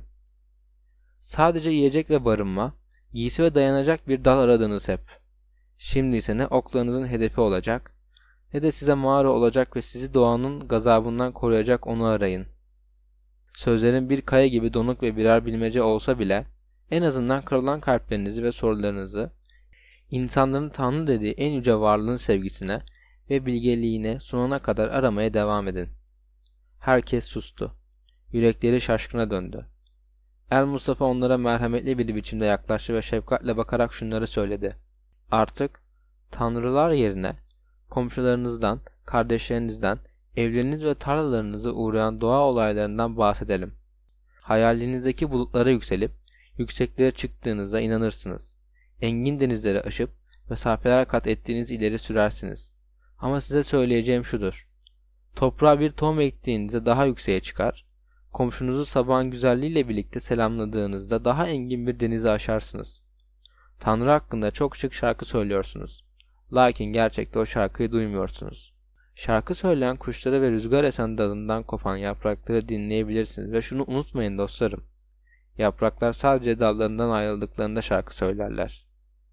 Sadece yiyecek ve barınma, giysi ve dayanacak bir dal aradınız hep. Şimdi ise ne oklarınızın hedefi olacak, ne de size mağara olacak ve sizi doğanın gazabından koruyacak onu arayın. Sözlerin bir kaya gibi donuk ve birer bilmece olsa bile, en azından kırılan kalplerinizi ve sorularınızı, insanların Tanrı dediği en yüce varlığın sevgisine ve bilgeliğine sunana kadar aramaya devam edin." Herkes sustu. Yürekleri şaşkına döndü. El Mustafa onlara merhametli bir biçimde yaklaştı ve şefkatle bakarak şunları söyledi. "Artık tanrılar yerine komşularınızdan, kardeşlerinizden, evleriniz ve tarlalarınızı uğrayan doğa olaylarından bahsedelim. Hayalinizdeki bulutlara yükselip yükseklere çıktığınızda inanırsınız. Engin denizleri aşıp mesafeler kat ettiğiniz ileri sürersiniz. Ama size söyleyeceğim şudur. Toprağa bir tohum ektiğinizde daha yükseğe çıkar, komşunuzu sabahın güzelliğiyle birlikte selamladığınızda daha engin bir denizi aşarsınız. Tanrı hakkında çok şık şarkı söylüyorsunuz. Lakin gerçekte o şarkıyı duymuyorsunuz. Şarkı söyleyen kuşları ve rüzgar esen dalından kopan yaprakları dinleyebilirsiniz ve şunu unutmayın dostlarım. Yapraklar sadece dallarından ayrıldıklarında şarkı söylerler.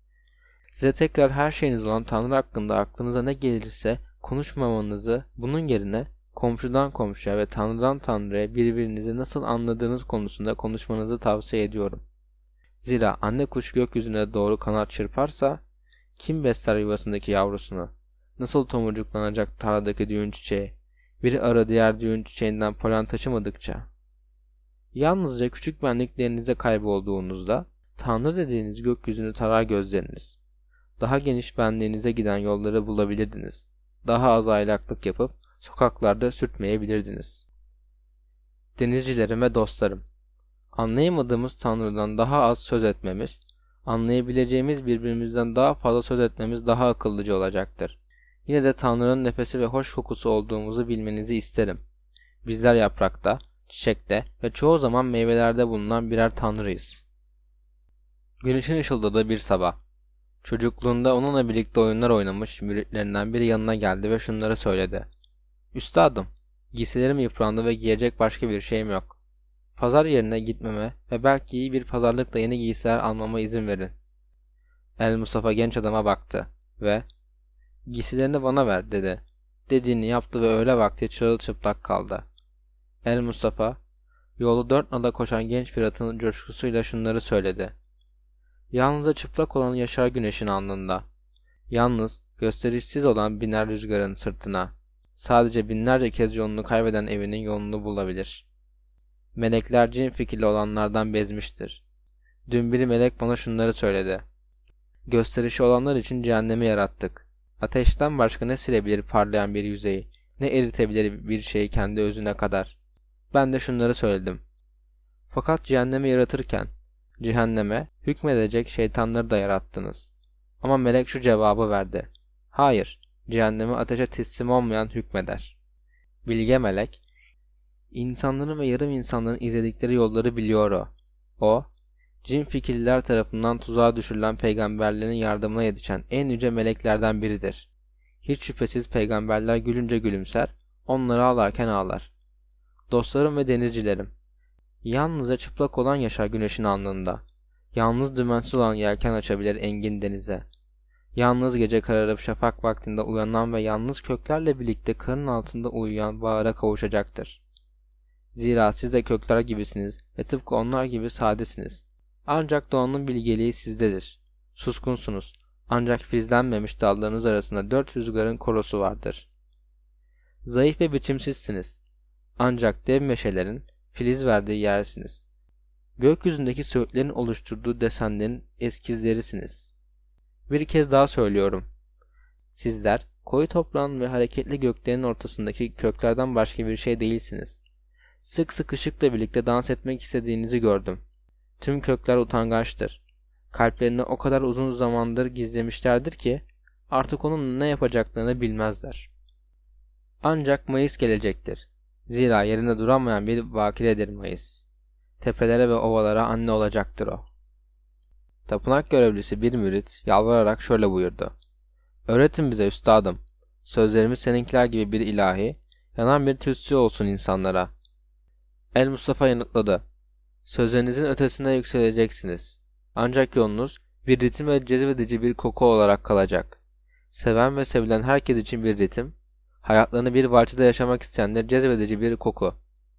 Size tekrar her şeyiniz olan Tanrı hakkında aklınıza ne gelirse konuşmamanızı, bunun yerine komşudan komşuya ve Tanrı'dan Tanrı'ya birbirinizi nasıl anladığınız konusunda konuşmanızı tavsiye ediyorum. Zira anne kuş gökyüzüne doğru kanat çırparsa, kim besler yuvasındaki yavrusunu? Nasıl tomurcuklanacak tarladaki düğün çiçeği? Bir arı diğer düğün çiçeğinden polen taşımadıkça. Yalnızca küçük benliklerinize kaybolduğunuzda, Tanrı dediğiniz gökyüzünü tarar gözleriniz. Daha geniş benliğinize giden yolları bulabilirdiniz. Daha az aylaklık yapıp sokaklarda sürtmeyebilirdiniz. Denizcilerim ve dostlarım, anlayamadığımız Tanrı'dan daha az söz etmemiz, anlayabileceğimiz birbirimizden daha fazla söz etmemiz daha akıllıca olacaktır. Yine de Tanrı'nın nefesi ve hoş kokusu olduğumuzu bilmenizi isterim. Bizler yaprakta, çiçekte ve çoğu zaman meyvelerde bulunan birer tanrıyız. Güneşin ışıldadığı bir sabah. Çocukluğunda onunla birlikte oyunlar oynamış müritlerinden biri yanına geldi ve şunları söyledi. Üstadım, giysilerim yıprandı ve giyecek başka bir şeyim yok. Pazar yerine gitmeme ve belki iyi bir pazarlıkla yeni giysiler almama izin verin. El Mustafa genç adama baktı ve giysilerini bana ver dedi. Dediğini yaptı ve öğle vakti çırılçıplak kaldı. El Mustafa, yolu dört nala koşan genç bir atın coşkusuyla şunları söyledi. Yalnızca çıplak olan yaşar güneşin alnında. Yalnız, gösterişsiz olan biner rüzgarın sırtına. Sadece binlerce kez yolunu kaybeden evinin yolunu bulabilir. Melekler cin fikirli olanlardan bezmiştir. Dün bir melek bana şunları söyledi. Gösterişi olanlar için cehennemi yarattık. Ateşten başka ne silebilir parlayan bir yüzeyi, ne eritebilir bir şeyi kendi özüne kadar. Ben de şunları söyledim. Fakat cehennemi yaratırken, cehenneme hükmedecek şeytanları da yarattınız. Ama melek şu cevabı verdi. Hayır, cehennemi ateşe teslim olmayan hükmeder. Bilge melek, insanların ve yarım insanların izledikleri yolları biliyor o. O, cin fikirliler tarafından tuzağa düşürülen peygamberlerin yardımına yetişen en yüce meleklerden biridir. Hiç şüphesiz peygamberler gülünce gülümser, onları ağlarken ağlar. Dostlarım ve denizcilerim, yalnızca çıplak olan yaşar güneşin alnında. Yalnız dümensiz olan yelken açabilir engin denize. Yalnız gece kararıp şafak vaktinde uyanan ve yalnız köklerle birlikte karın altında uyuyan bahara kavuşacaktır. Zira siz de kökler gibisiniz ve tıpkı onlar gibi sadesiniz. Ancak doğanın bilgeliği sizdedir. Suskunsunuz. Ancak filizlenmemiş dallarınız arasında dört rüzgarın korosu vardır. Zayıf ve biçimsizsiniz. Ancak dev meşelerin filiz verdiği yersiniz. Gökyüzündeki söğütlerin oluşturduğu desenlerin eskizlerisiniz. Bir kez daha söylüyorum. Sizler koyu toprağın ve hareketli göklerin ortasındaki köklerden başka bir şey değilsiniz. Sık sık ışıkla birlikte dans etmek istediğinizi gördüm. Tüm kökler utangaçtır. Kalplerini o kadar uzun zamandır gizlemişlerdir ki artık onun ne yapacaklarını bilmezler. Ancak Mayıs gelecektir. Zira yerinde duramayan bir bakiredir Mayıs. Tepelere ve ovalara anne olacaktır o. Tapınak görevlisi bir mürit yalvararak şöyle buyurdu. Öğretin bize üstadım. Sözlerimiz seninkiler gibi bir ilahi, yanan bir tütsü olsun insanlara. El Mustafa yanıtladı. Sözlerinizin ötesine yükseleceksiniz. Ancak yolunuz bir ritim ve cezbedici bir koku olarak kalacak. Seven ve sevilen herkes için bir ritim, hayatlarını bir bahçede yaşamak isteyenler cezbedici bir koku.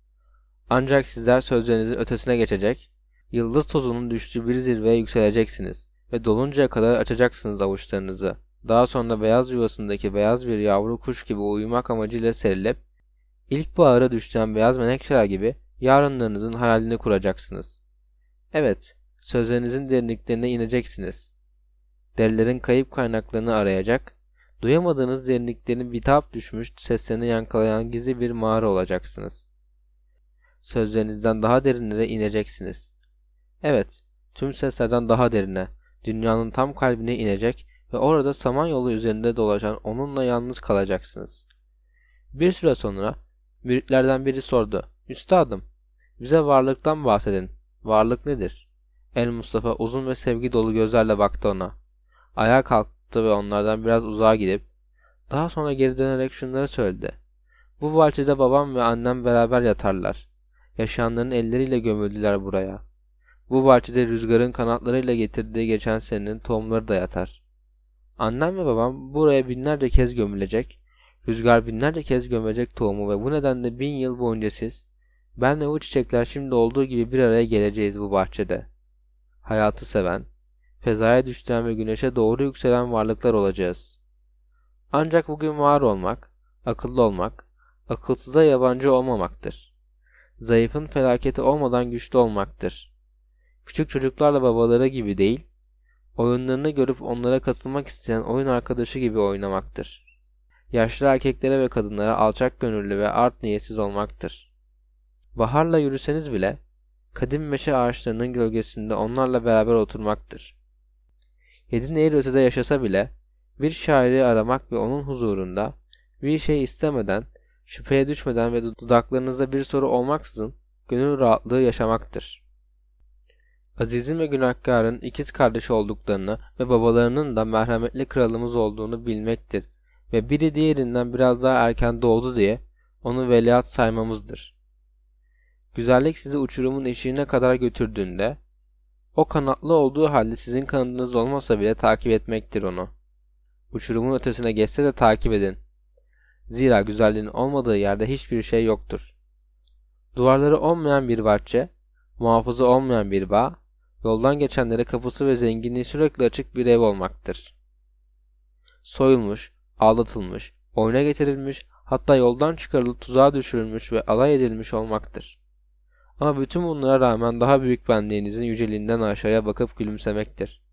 Ancak sizler sözlerinizin ötesine geçecek, yıldız tozunun düştüğü bir zirveye yükseleceksiniz ve doluncaya kadar açacaksınız avuçlarınızı. Daha sonra beyaz yuvasındaki beyaz bir yavru kuş gibi uyumak amacıyla serilip, ilkbahara düşen beyaz menekşeler gibi yarınlarınızın hayalini kuracaksınız. Evet, sözlerinizin derinliklerine ineceksiniz. Derilerin kayıp kaynaklarını arayacak, duyamadığınız derinliklerin bitap düşmüş seslerini yankılayan gizli bir mağara olacaksınız. Sözlerinizden daha derinlere ineceksiniz. Evet, tüm seslerden daha derine, dünyanın tam kalbine inecek ve orada Samanyolu üzerinde dolaşan onunla yalnız kalacaksınız. Bir süre sonra müritlerden biri sordu. Üstadım, bize varlıktan bahsedin. Varlık nedir? El Mustafa uzun ve sevgi dolu gözlerle baktı ona. Ayağa kalktı ve onlardan biraz uzağa gidip daha sonra geri dönerek şunları söyledi. Bu bahçede babam ve annem beraber yatarlar. Yaşayanların elleriyle gömüldüler buraya. Bu bahçede rüzgarın kanatlarıyla getirdiği geçen senenin tohumları da yatar. Annem ve babam buraya binlerce kez gömülecek, rüzgar binlerce kez gömecek tohumu ve bu nedenle bin yıl boyunca siz, ben ve bu çiçekler şimdi olduğu gibi bir araya geleceğiz bu bahçede. Hayatı seven, fezaya düşen ve güneşe doğru yükselen varlıklar olacağız. Ancak bugün var olmak, akıllı olmak, akılsıza yabancı olmamaktır. Zayıfın felaketi olmadan güçlü olmaktır. Küçük çocuklarla babaları gibi değil, oyunlarını görüp onlara katılmak isteyen oyun arkadaşı gibi oynamaktır. Yaşlı erkeklere ve kadınlara alçak gönüllü ve art niyetsiz olmaktır. Baharla yürüseniz bile, kadim meşe ağaçlarının gölgesinde onlarla beraber oturmaktır. Yedi nehir ötede yaşasa bile, bir şairi aramak ve onun huzurunda, bir şey istemeden, şüpheye düşmeden ve dudaklarınızda bir soru olmaksızın, gönül rahatlığı yaşamaktır. Aziz'in ve günahkarın ikiz kardeş olduklarını ve babalarının da merhametli kralımız olduğunu bilmektir ve biri diğerinden biraz daha erken doğdu diye onu veliaht saymamızdır. Güzellik sizi uçurumun eşiğine kadar götürdüğünde, o kanatlı olduğu halde sizin kanadınız olmasa bile takip etmektir onu. Uçurumun ötesine geçse de takip edin. Zira güzelliğin olmadığı yerde hiçbir şey yoktur. Duvarları olmayan bir bahçe, muhafızı olmayan bir bağ, yoldan geçenlere kapısı ve zenginliği sürekli açık bir ev olmaktır. Soyulmuş, aldatılmış, oyuna getirilmiş, hatta yoldan çıkarılıp tuzağa düşürülmüş ve alay edilmiş olmaktır. Ama bütün bunlara rağmen daha büyük benliğinizin yüceliğinden aşağıya bakıp gülümsemektir.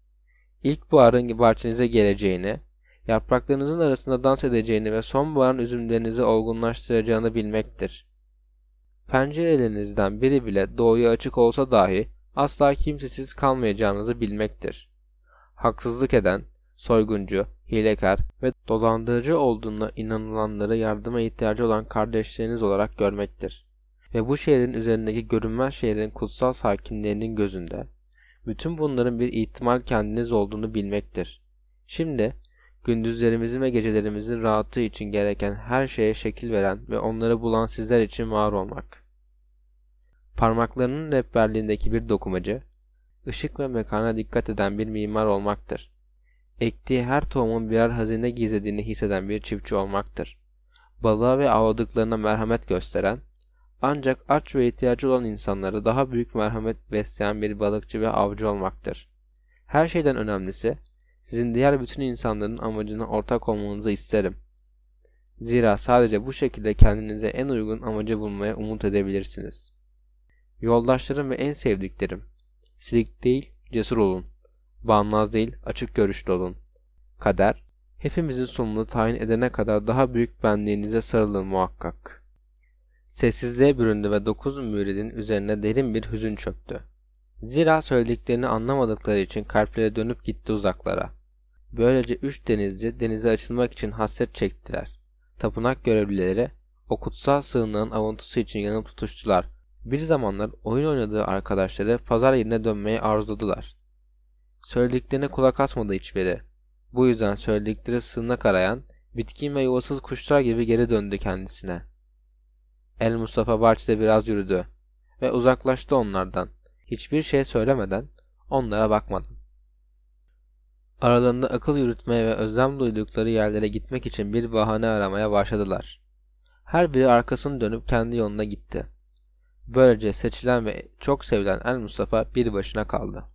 İlk baharın bahçenize geleceğini, yapraklarınızın arasında dans edeceğini ve sonbaharın üzümlerinizi olgunlaştıracağını bilmektir. Pencerelerinizden biri bile doğuya açık olsa dahi asla kimsesiz kalmayacağınızı bilmektir. Haksızlık eden, soyguncu, hilekar ve dolandırıcı olduğuna inanılanları yardıma ihtiyacı olan kardeşleriniz olarak görmektir. Ve bu şehrin üzerindeki görünmez şehrin kutsal sakinlerinin gözünde, bütün bunların bir ihtimal kendiniz olduğunu bilmektir. Şimdi, gündüzlerimizin ve gecelerimizin rahatlığı için gereken her şeye şekil veren ve onları bulan sizler için var olmak. Parmaklarının rehberliğindeki bir dokumacı, ışık ve mekana dikkat eden bir mimar olmaktır. Ektiği her tohumun birer hazine gizlediğini hisseden bir çiftçi olmaktır. Balığa ve avladıklarına merhamet gösteren, ancak aç ve ihtiyacı olan insanlara daha büyük merhamet besleyen bir balıkçı ve avcı olmaktır. Her şeyden önemlisi, sizin diğer bütün insanların amacına ortak olmanızı isterim. Zira sadece bu şekilde kendinize en uygun amacı bulmaya umut edebilirsiniz. Yoldaşlarım ve en sevdiklerim, silik değil, cesur olun. Bağnaz değil, açık görüşlü olun. Kader, hepimizin sonunu tayin edene kadar daha büyük benliğinize sarılın muhakkak. Sessizliğe büründü ve dokuz müridin üzerine derin bir hüzün çöktü. Zira söylediklerini anlamadıkları için kalpleri dönüp gitti uzaklara. Böylece üç denizci denize açılmak için hasret çektiler. Tapınak görevlileri o kutsal sığınağın avuntusu için yanıp tutuştular. Bir zamanlar oyun oynadığı arkadaşları pazar yerine dönmeyi arzuladılar. Söylediklerine kulak asmadı hiçbiri. Bu yüzden söyledikleri sığınak arayan, bitkin ve yuvasız kuşlar gibi geri döndü kendisine. El Mustafa bahçede biraz yürüdü ve uzaklaştı onlardan. Hiçbir şey söylemeden onlara bakmadı. Aralarında akıl yürütmeye ve özlem duydukları yerlere gitmek için bir bahane aramaya başladılar. Her biri arkasını dönüp kendi yoluna gitti. Böylece seçilen ve çok sevilen El Mustafa bir başına kaldı.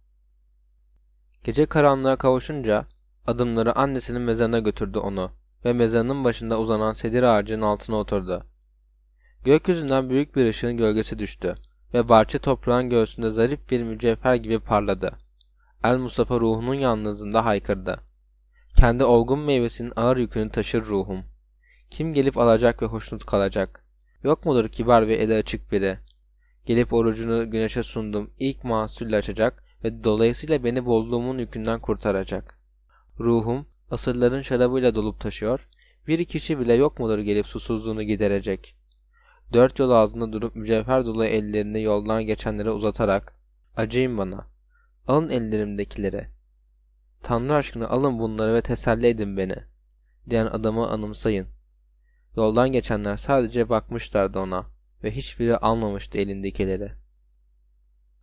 Gece karanlığa kavuşunca adımları annesinin mezarına götürdü onu ve mezarının başında uzanan sedir ağacının altına oturdu. Gökyüzünden büyük bir ışığın gölgesi düştü ve bahçe toprağın göğsünde zarif bir mücevher gibi parladı. El Mustafa ruhunun yalnızlığında haykırdı. Kendi olgun meyvesinin ağır yükünü taşır ruhum. Kim gelip alacak ve hoşnut kalacak? Yok mudur kibar ve eli açık biri? Gelip orucunu güneşe sundum, ilk mahsulle açacak ve dolayısıyla beni bolluğumun yükünden kurtaracak. Ruhum asırların şarabıyla dolup taşıyor, bir kişi bile yok mudur gelip susuzluğunu giderecek? Dört yol ağzında durup mücevher dolu ellerini yoldan geçenlere uzatarak, acıyın bana, alın ellerimdekileri, Tanrı aşkına alın bunları ve teselli edin beni, diyen adamı anımsayın. Yoldan geçenler sadece bakmışlardı ona ve hiçbiri almamıştı elindekileri.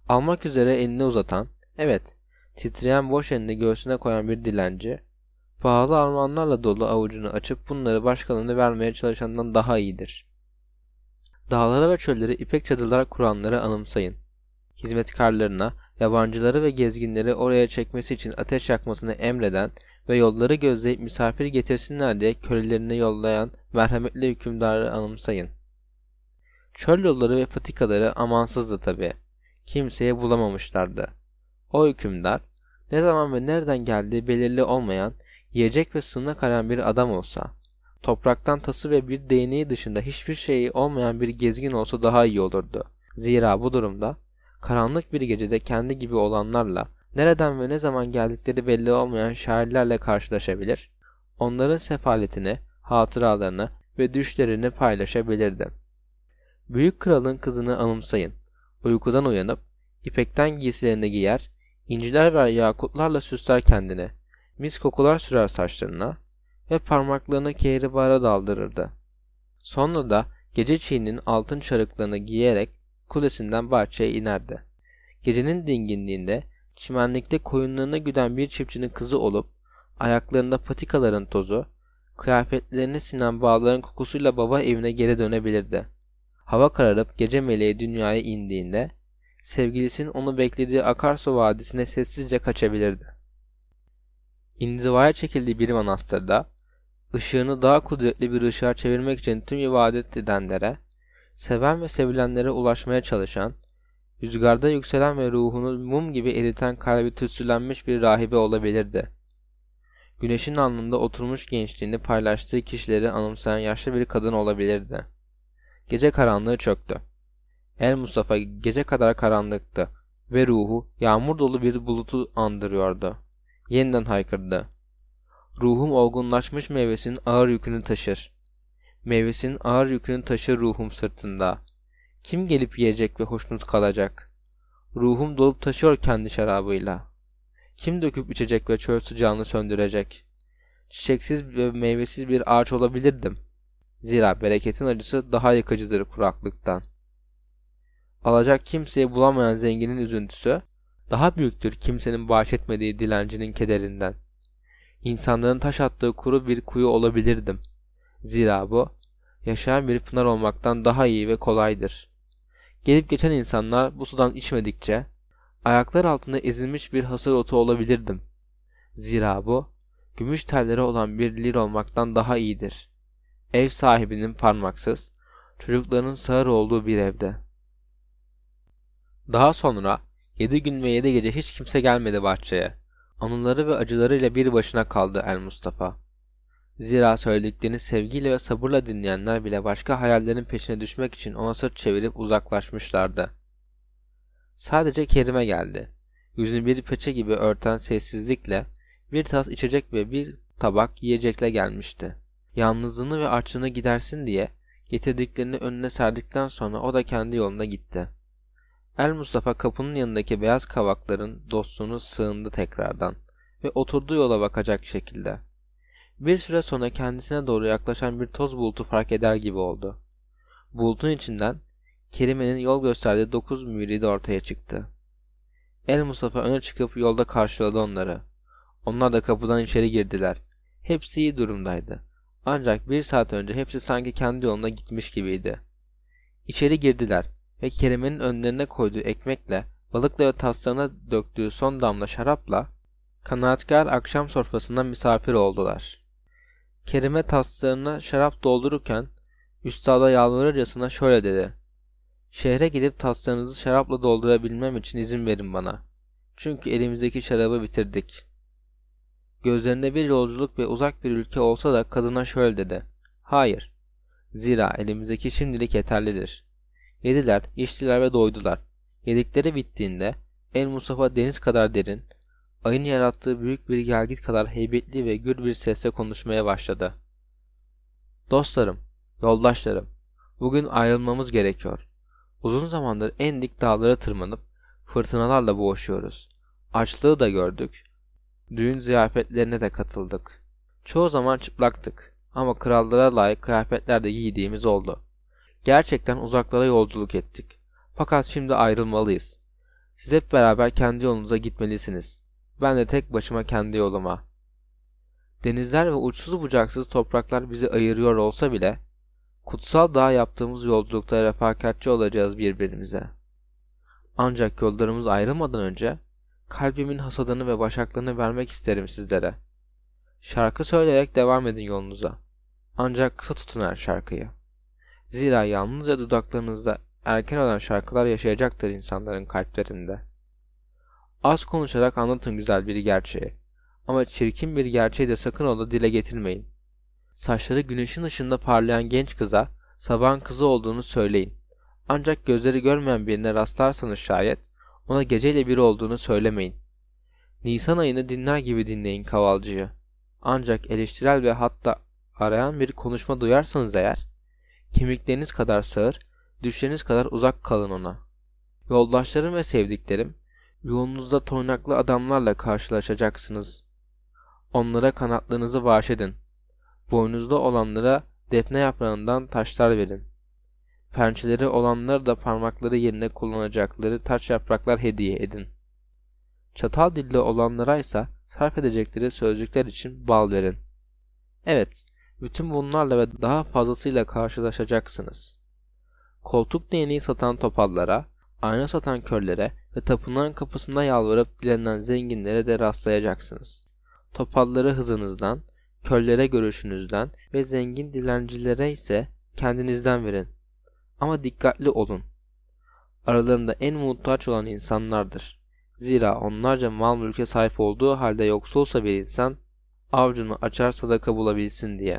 Almak üzere elini uzatan, evet, titreyen boş elini göğsüne koyan bir dilenci, pahalı armağanlarla dolu avucunu açıp bunları başkalarına vermeye çalışandan daha iyidir. Dağlara ve çölleri ipek çadırlar kuranları anımsayın. Hizmetkarlarına, yabancıları ve gezginleri oraya çekmesi için ateş yakmasını emreden ve yolları gözleyip misafir getirsinler diye kölelerini yollayan merhametli hükümdarı anımsayın. Çöl yolları ve patikaları amansızdı tabii. Kimseye bulamamışlardı. O hükümdar, ne zaman ve nereden geldiği belirli olmayan, yiyecek ve sığınak arayan bir adam olsa, topraktan tası ve bir değneği dışında hiçbir şeyi olmayan bir gezgin olsa daha iyi olurdu. Zira bu durumda, karanlık bir gecede kendi gibi olanlarla, nereden ve ne zaman geldikleri belli olmayan şairlerle karşılaşabilir, onların sefaletini, hatıralarını ve düşlerini paylaşabilirdi. Büyük kralın kızını anımsayın. Uykudan uyanıp, ipekten giysilerini giyer, inciler ve yakutlarla süsler kendini, mis kokular sürer saçlarına ve parmaklarını kehribara daldırırdı. Sonra da gece çiğinin altın çarıklarını giyerek kulesinden bahçeye inerdi. Gecenin dinginliğinde çimenlikte koyunlarını güden bir çiftçinin kızı olup, ayaklarında patikaların tozu, kıyafetlerini sinen bağların kokusuyla baba evine geri dönebilirdi. Hava kararıp gece meleği dünyaya indiğinde, sevgilisinin onu beklediği akarsu vadisine sessizce kaçabilirdi. İnzivaya çekildiği bir manastırda, ışığını daha kudretli bir ışığa çevirmek için tüm ibadet edenlere, seven ve sevilenlere ulaşmaya çalışan, rüzgarda yükselen ve ruhunu mum gibi eriten kalbi tütsülenmiş bir rahibe olabilirdi. Güneşin alnında oturmuş gençliğini paylaştığı kişileri anımsayan yaşlı bir kadın olabilirdi. Gece karanlığı çöktü. El Mustafa gece kadar karanlıktı ve ruhu yağmur dolu bir bulutu andırıyordu. Yeniden haykırdı. Ruhum olgunlaşmış meyvesinin ağır yükünü taşır. Meyvesinin ağır yükünü taşır ruhum sırtında. Kim gelip yiyecek ve hoşnut kalacak? Ruhum dolup taşıyor kendi şarabıyla. Kim döküp içecek ve çöl sıcağını söndürecek? Çiçeksiz ve meyvesiz bir ağaç olabilirdim. Zira bereketin acısı daha yıkıcıdır kuraklıktan. Alacak kimseyi bulamayan zenginin üzüntüsü, daha büyüktür kimsenin bahşetmediği dilencinin kederinden. İnsanların taş attığı kuru bir kuyu olabilirdim. Zira bu, yaşayan bir pınar olmaktan daha iyi ve kolaydır. Gelip geçen insanlar bu sudan içmedikçe, ayaklar altında ezilmiş bir hasır otu olabilirdim. Zira bu, gümüş telleri olan bir lir olmaktan daha iyidir. Ev sahibinin parmaksız, çocukların sağır olduğu bir evde. Daha sonra, yedi gün ve yedi gece hiç kimse gelmedi bahçeye. Anıları ve acılarıyla bir başına kaldı El Mustafa. Zira söylediklerini sevgiyle ve sabırla dinleyenler bile başka hayallerin peşine düşmek için ona sırt çevirip uzaklaşmışlardı. Sadece Kerime geldi. Yüzünü bir peçe gibi örten sessizlikle, bir tas içecek ve bir tabak yiyecekle gelmişti. Yalnızlığını ve açlığını gidersin diye getirdiklerini önüne serdikten sonra o da kendi yoluna gitti. El Mustafa kapının yanındaki beyaz kavakların dostluğunu sığındı tekrardan ve oturduğu yola bakacak şekilde. Bir süre sonra kendisine doğru yaklaşan bir toz bulutu fark eder gibi oldu. Bulutun içinden Kerime'nin yol gösterdiği dokuz müridi ortaya çıktı. El Mustafa öne çıkıp yolda karşıladı onları. Onlar da kapıdan içeri girdiler. Hepsi iyi durumdaydı. Ancak bir saat önce hepsi sanki kendi yoluna gitmiş gibiydi. İçeri girdiler ve Kerime'nin önlerine koyduğu ekmekle, balıkla ve taslarına döktüğü son damla şarapla, kanaatkar akşam sofrasından misafir oldular. Kerime taslarına şarap doldururken, üstada yalvarırcasına şöyle dedi: "Şehre gidip taslarınızı şarapla doldurabilmem için izin verin bana. Çünkü elimizdeki şarabı bitirdik." Gözlerinde bir yolculuk ve uzak bir ülke olsa da kadına şöyle dedi: "Hayır. Zira elimizdeki şimdilik yeterlidir." Yediler, içtiler ve doydular. Yedikleri bittiğinde El Mustafa deniz kadar derin, ayın yarattığı büyük bir gelgit kadar heybetli ve gür bir sesle konuşmaya başladı. "Dostlarım, yoldaşlarım, bugün ayrılmamız gerekiyor. Uzun zamandır en dik dağlara tırmanıp fırtınalarla boğuşuyoruz. Açlığı da gördük. Düğün ziyafetlerine de katıldık. Çoğu zaman çıplaktık ama krallara layık kıyafetler de giydiğimiz oldu. Gerçekten uzaklara yolculuk ettik. Fakat şimdi ayrılmalıyız. Siz hep beraber kendi yolunuza gitmelisiniz. Ben de tek başıma kendi yoluma. Denizler ve uçsuz bucaksız topraklar bizi ayırıyor olsa bile, kutsal dağa yaptığımız yolculukta refakatçi olacağız birbirimize. Ancak yollarımız ayrılmadan önce, kalbimin hasadını ve başaklarını vermek isterim sizlere. Şarkı söyleyerek devam edin yolunuza. Ancak kısa tutun her şarkıyı. Zira yalnızca dudaklarınızda erken ölen şarkılar yaşayacaktır insanların kalplerinde. Az konuşarak anlatın güzel bir gerçeği. Ama çirkin bir gerçeği de sakın ola dile getirmeyin. Saçları güneşin ışığında parlayan genç kıza sabahın kızı olduğunu söyleyin. Ancak gözleri görmeyen birine rastlarsanız şayet ona geceyle bir olduğunu söylemeyin. Nisan ayını dinler gibi dinleyin kavalcıyı. Ancak eleştirel ve hatta arayan bir konuşma duyarsanız eğer, kemikleriniz kadar sağır, düşleriniz kadar uzak kalın ona. Yoldaşlarım ve sevdiklerim, yolunuzda toynaklı adamlarla karşılaşacaksınız. Onlara kanatlarınızı bahşedin. Boynuzda olanlara defne yaprağından taşlar verin. Pençeleri olanlara da parmakları yerine kullanacakları taş yapraklar hediye edin. Çatal dilli olanlara ise sarf edecekleri sözcükler için bal verin. Evet, bütün bunlarla ve daha fazlasıyla karşılaşacaksınız. Koltuk değneği satan topallara, ayna satan körlere ve tapınağın kapısında yalvarıp dilenen zenginlere de rastlayacaksınız. Topallara hızınızdan, körlere görüşünüzden ve zengin dilencilere ise kendinizden verin. Ama dikkatli olun. Aralarında en muhtaç olan insanlardır. Zira onlarca mal mülke sahip olduğu halde yoksulsa bir insan, avucunu açar sadaka bulabilsin diye.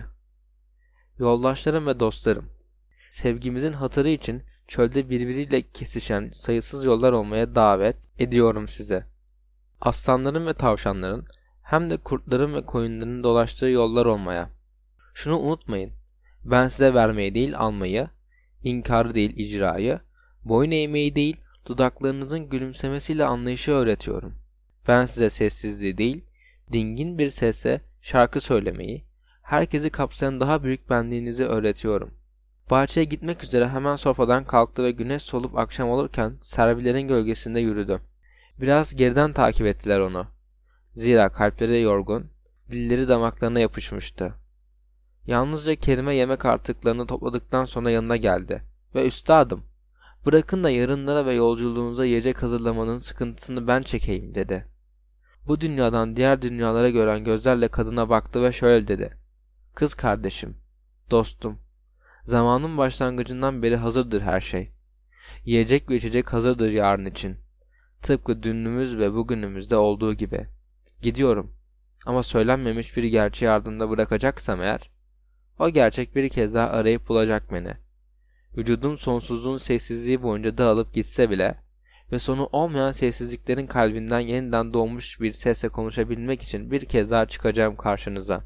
Yoldaşlarım ve dostlarım, sevgimizin hatırı için çölde birbiriyle kesişen sayısız yollar olmaya davet ediyorum size. Aslanların ve tavşanların, hem de kurtların ve koyunların dolaştığı yollar olmaya. Şunu unutmayın, ben size vermeyi değil almayı, inkarı değil icrayı, boyun eğmeyi değil dudaklarınızın gülümsemesiyle anlayışı öğretiyorum. Ben size sessizliği değil, dingin bir sesle şarkı söylemeyi, herkesi kapsayan daha büyük benliğinizi öğretiyorum. Bahçeye gitmek üzere hemen sofradan kalktı ve güneş solup akşam olurken servilerin gölgesinde yürüdü. Biraz geriden takip ettiler onu. Zira kalpleri yorgun, dilleri damaklarına yapışmıştı. Yalnızca Kerim'e yemek artıklarını topladıktan sonra yanına geldi ve "Üstadım, bırakın da yarınlara ve yolculuğunuza yiyecek hazırlamanın sıkıntısını ben çekeyim" dedi. Bu dünyadan diğer dünyalara gören gözlerle kadına baktı ve şöyle dedi: "Kız kardeşim, dostum, zamanın başlangıcından beri hazırdır her şey. Yiyecek ve içecek hazırdır yarın için. Tıpkı dünümüz ve bugünümüzde olduğu gibi. Gidiyorum. Ama söylenmemiş bir gerçeği ardında bırakacaksam eğer, o gerçek bir kez daha arayıp bulacak beni. Vücudum sonsuzluğun sessizliği boyunca dağılıp gitse bile ve sonu olmayan sessizliklerin kalbinden yeniden doğmuş bir sesle konuşabilmek için bir kez daha çıkacağım karşınıza.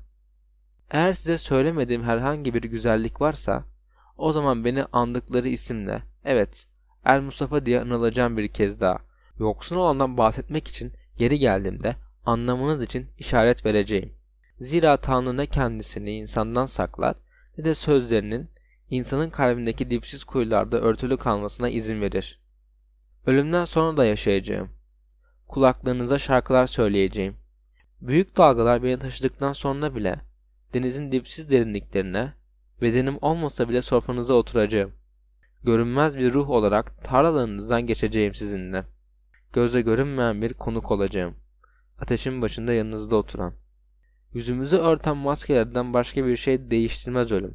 Eğer size söylemediğim herhangi bir güzellik varsa, o zaman beni andıkları isimle, evet, El Mustafa diye anılacağım bir kez daha. Yoksun olandan bahsetmek için geri geldiğimde anlamanız için işaret vereceğim. Zira Tanrı ne kendisini insandan saklar ne de sözlerinin insanın kalbindeki dipsiz kuyularda örtülü kalmasına izin verir. Ölümden sonra da yaşayacağım. Kulaklarınıza şarkılar söyleyeceğim. Büyük dalgalar beni taşıdıktan sonra bile denizin dipsiz derinliklerine, bedenim olmasa bile sofranıza oturacağım. Görünmez bir ruh olarak tarlalarınızdan geçeceğim sizinle. Gözle görünmeyen bir konuk olacağım. Ateşin başında yanınızda oturan. Yüzümüzü örten maskelerden başka bir şey değiştirmez ölüm.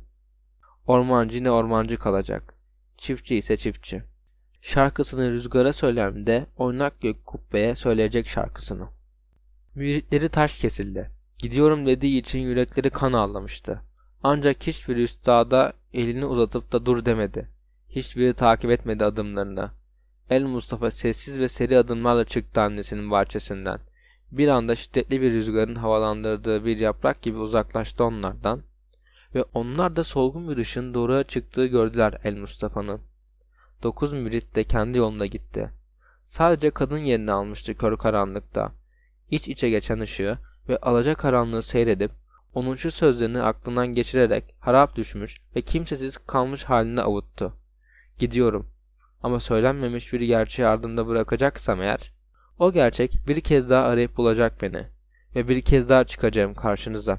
Ormancı yine ormancı kalacak. Çiftçi ise çiftçi. Şarkısını rüzgara söyleyen de oynak gök kubbeye söyleyecek şarkısını. Müritleri taş kesildi. Gidiyorum dediği için yürekleri kan ağlamıştı. Ancak hiçbir üstada elini uzatıp da dur demedi. Hiçbiri takip etmedi adımlarını. El Mustafa sessiz ve seri adımlarla çıktı annesinin bahçesinden. Bir anda şiddetli bir rüzgarın havalandırdığı bir yaprak gibi uzaklaştı onlardan ve onlar da solgun bir ışığın doğruya çıktığı gördüler El Mustafa'nın. Dokuz mürit de kendi yoluna gitti. Sadece kadın yerini almıştı kör karanlıkta. İç içe geçen ışığı ve alacakaranlığı seyredip onun şu sözlerini aklından geçirerek harap düşmüş ve kimsesiz kalmış halini avuttu. Gidiyorum. ama söylenmemiş bir gerçeği ardımda bırakacaksam eğer, o gerçek bir kez daha arayıp bulacak beni ve bir kez daha çıkacağım karşınıza.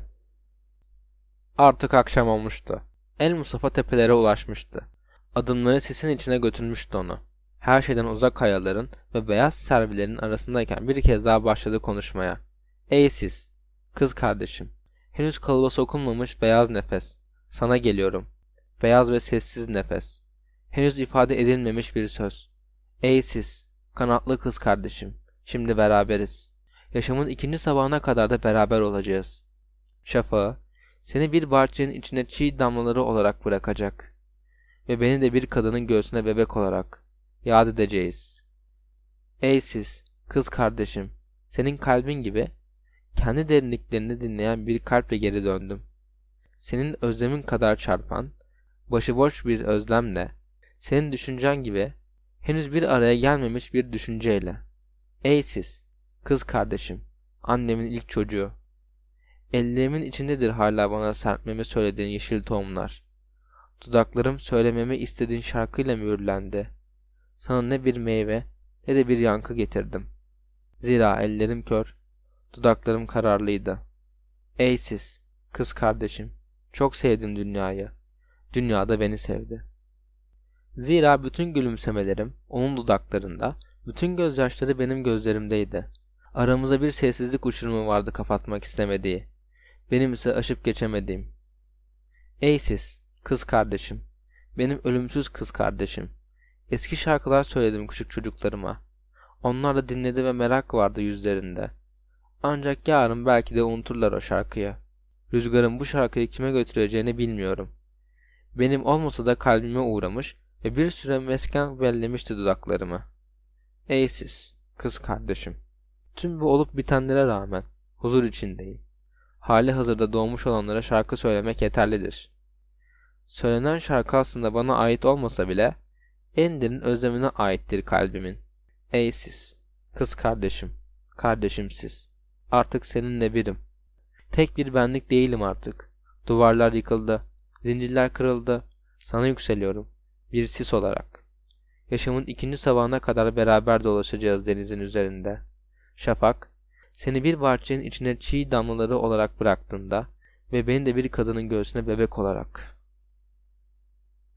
Artık akşam olmuştu. El Mustafa tepelere ulaşmıştı. Adımları sisin içine götürmüştü onu. Her şeyden uzak kayaların ve beyaz servilerin arasındayken bir kez daha başladı konuşmaya. Ey sis, kız kardeşim, henüz kalıba sokulmamış beyaz nefes, sana geliyorum. Beyaz ve sessiz nefes, henüz ifade edilmemiş bir söz. Ey sis, kanatlı kız kardeşim, şimdi beraberiz. Yaşamın ikinci sabahına kadar da beraber olacağız. Şafağı, seni bir bahçenin içine çiğ damlaları olarak bırakacak ve beni de bir kadının göğsüne bebek olarak yad edeceğiz. Ey sis, kız kardeşim, senin kalbin gibi kendi derinliklerini dinleyen bir kalple geri döndüm. Senin özlemin kadar çarpan, başıboş bir özlemle, senin düşüncen gibi henüz bir araya gelmemiş bir düşünceyle. Ey sis, kız kardeşim, annemin ilk çocuğu. Ellerimin içindedir hala bana serpmemi söylediğin yeşil tohumlar. Dudaklarım söylememi istediğin şarkıyla mühürlendi. Sana ne bir meyve ne de bir yankı getirdim. Zira ellerim kör, dudaklarım kararlıydı. Ey sis, kız kardeşim, çok sevdim dünyayı. Dünya da beni sevdi. Zira bütün gülümsemelerim onun dudaklarında, bütün gözyaşları benim gözlerimdeydi. Aramıza bir sessizlik uçurumu vardı kapatmak istemediği. Benim ise aşıp geçemediğim. Ey sis, kız kardeşim, benim ölümsüz kız kardeşim. Eski şarkılar söyledim küçük çocuklarıma. Onlar da dinledi ve merak vardı yüzlerinde. Ancak yarın belki de unuturlar o şarkıyı. Rüzgarın bu şarkıyı kime götüreceğini bilmiyorum. Benim olmasa da kalbime uğramış ve bir süre mesken bellemişti dudaklarımı. Ey sis, kız kardeşim. Tüm bu olup bitenlere rağmen huzur içindeyim. Hali hazırda doğmuş olanlara şarkı söylemek yeterlidir. Söylenen şarkı aslında bana ait olmasa bile en derin özlemine aittir kalbimin. Ey sis, kız kardeşim, kardeşimsiz. Artık seninle birim. Tek bir benlik değilim artık. Duvarlar yıkıldı, zincirler kırıldı. Sana yükseliyorum, bir sis olarak. Yaşamın ikinci sabahına kadar beraber dolaşacağız denizin üzerinde. Şafak, seni bir bahçenin içine çiğ damlaları olarak bıraktığında ve beni de bir kadının göğsüne bebek olarak.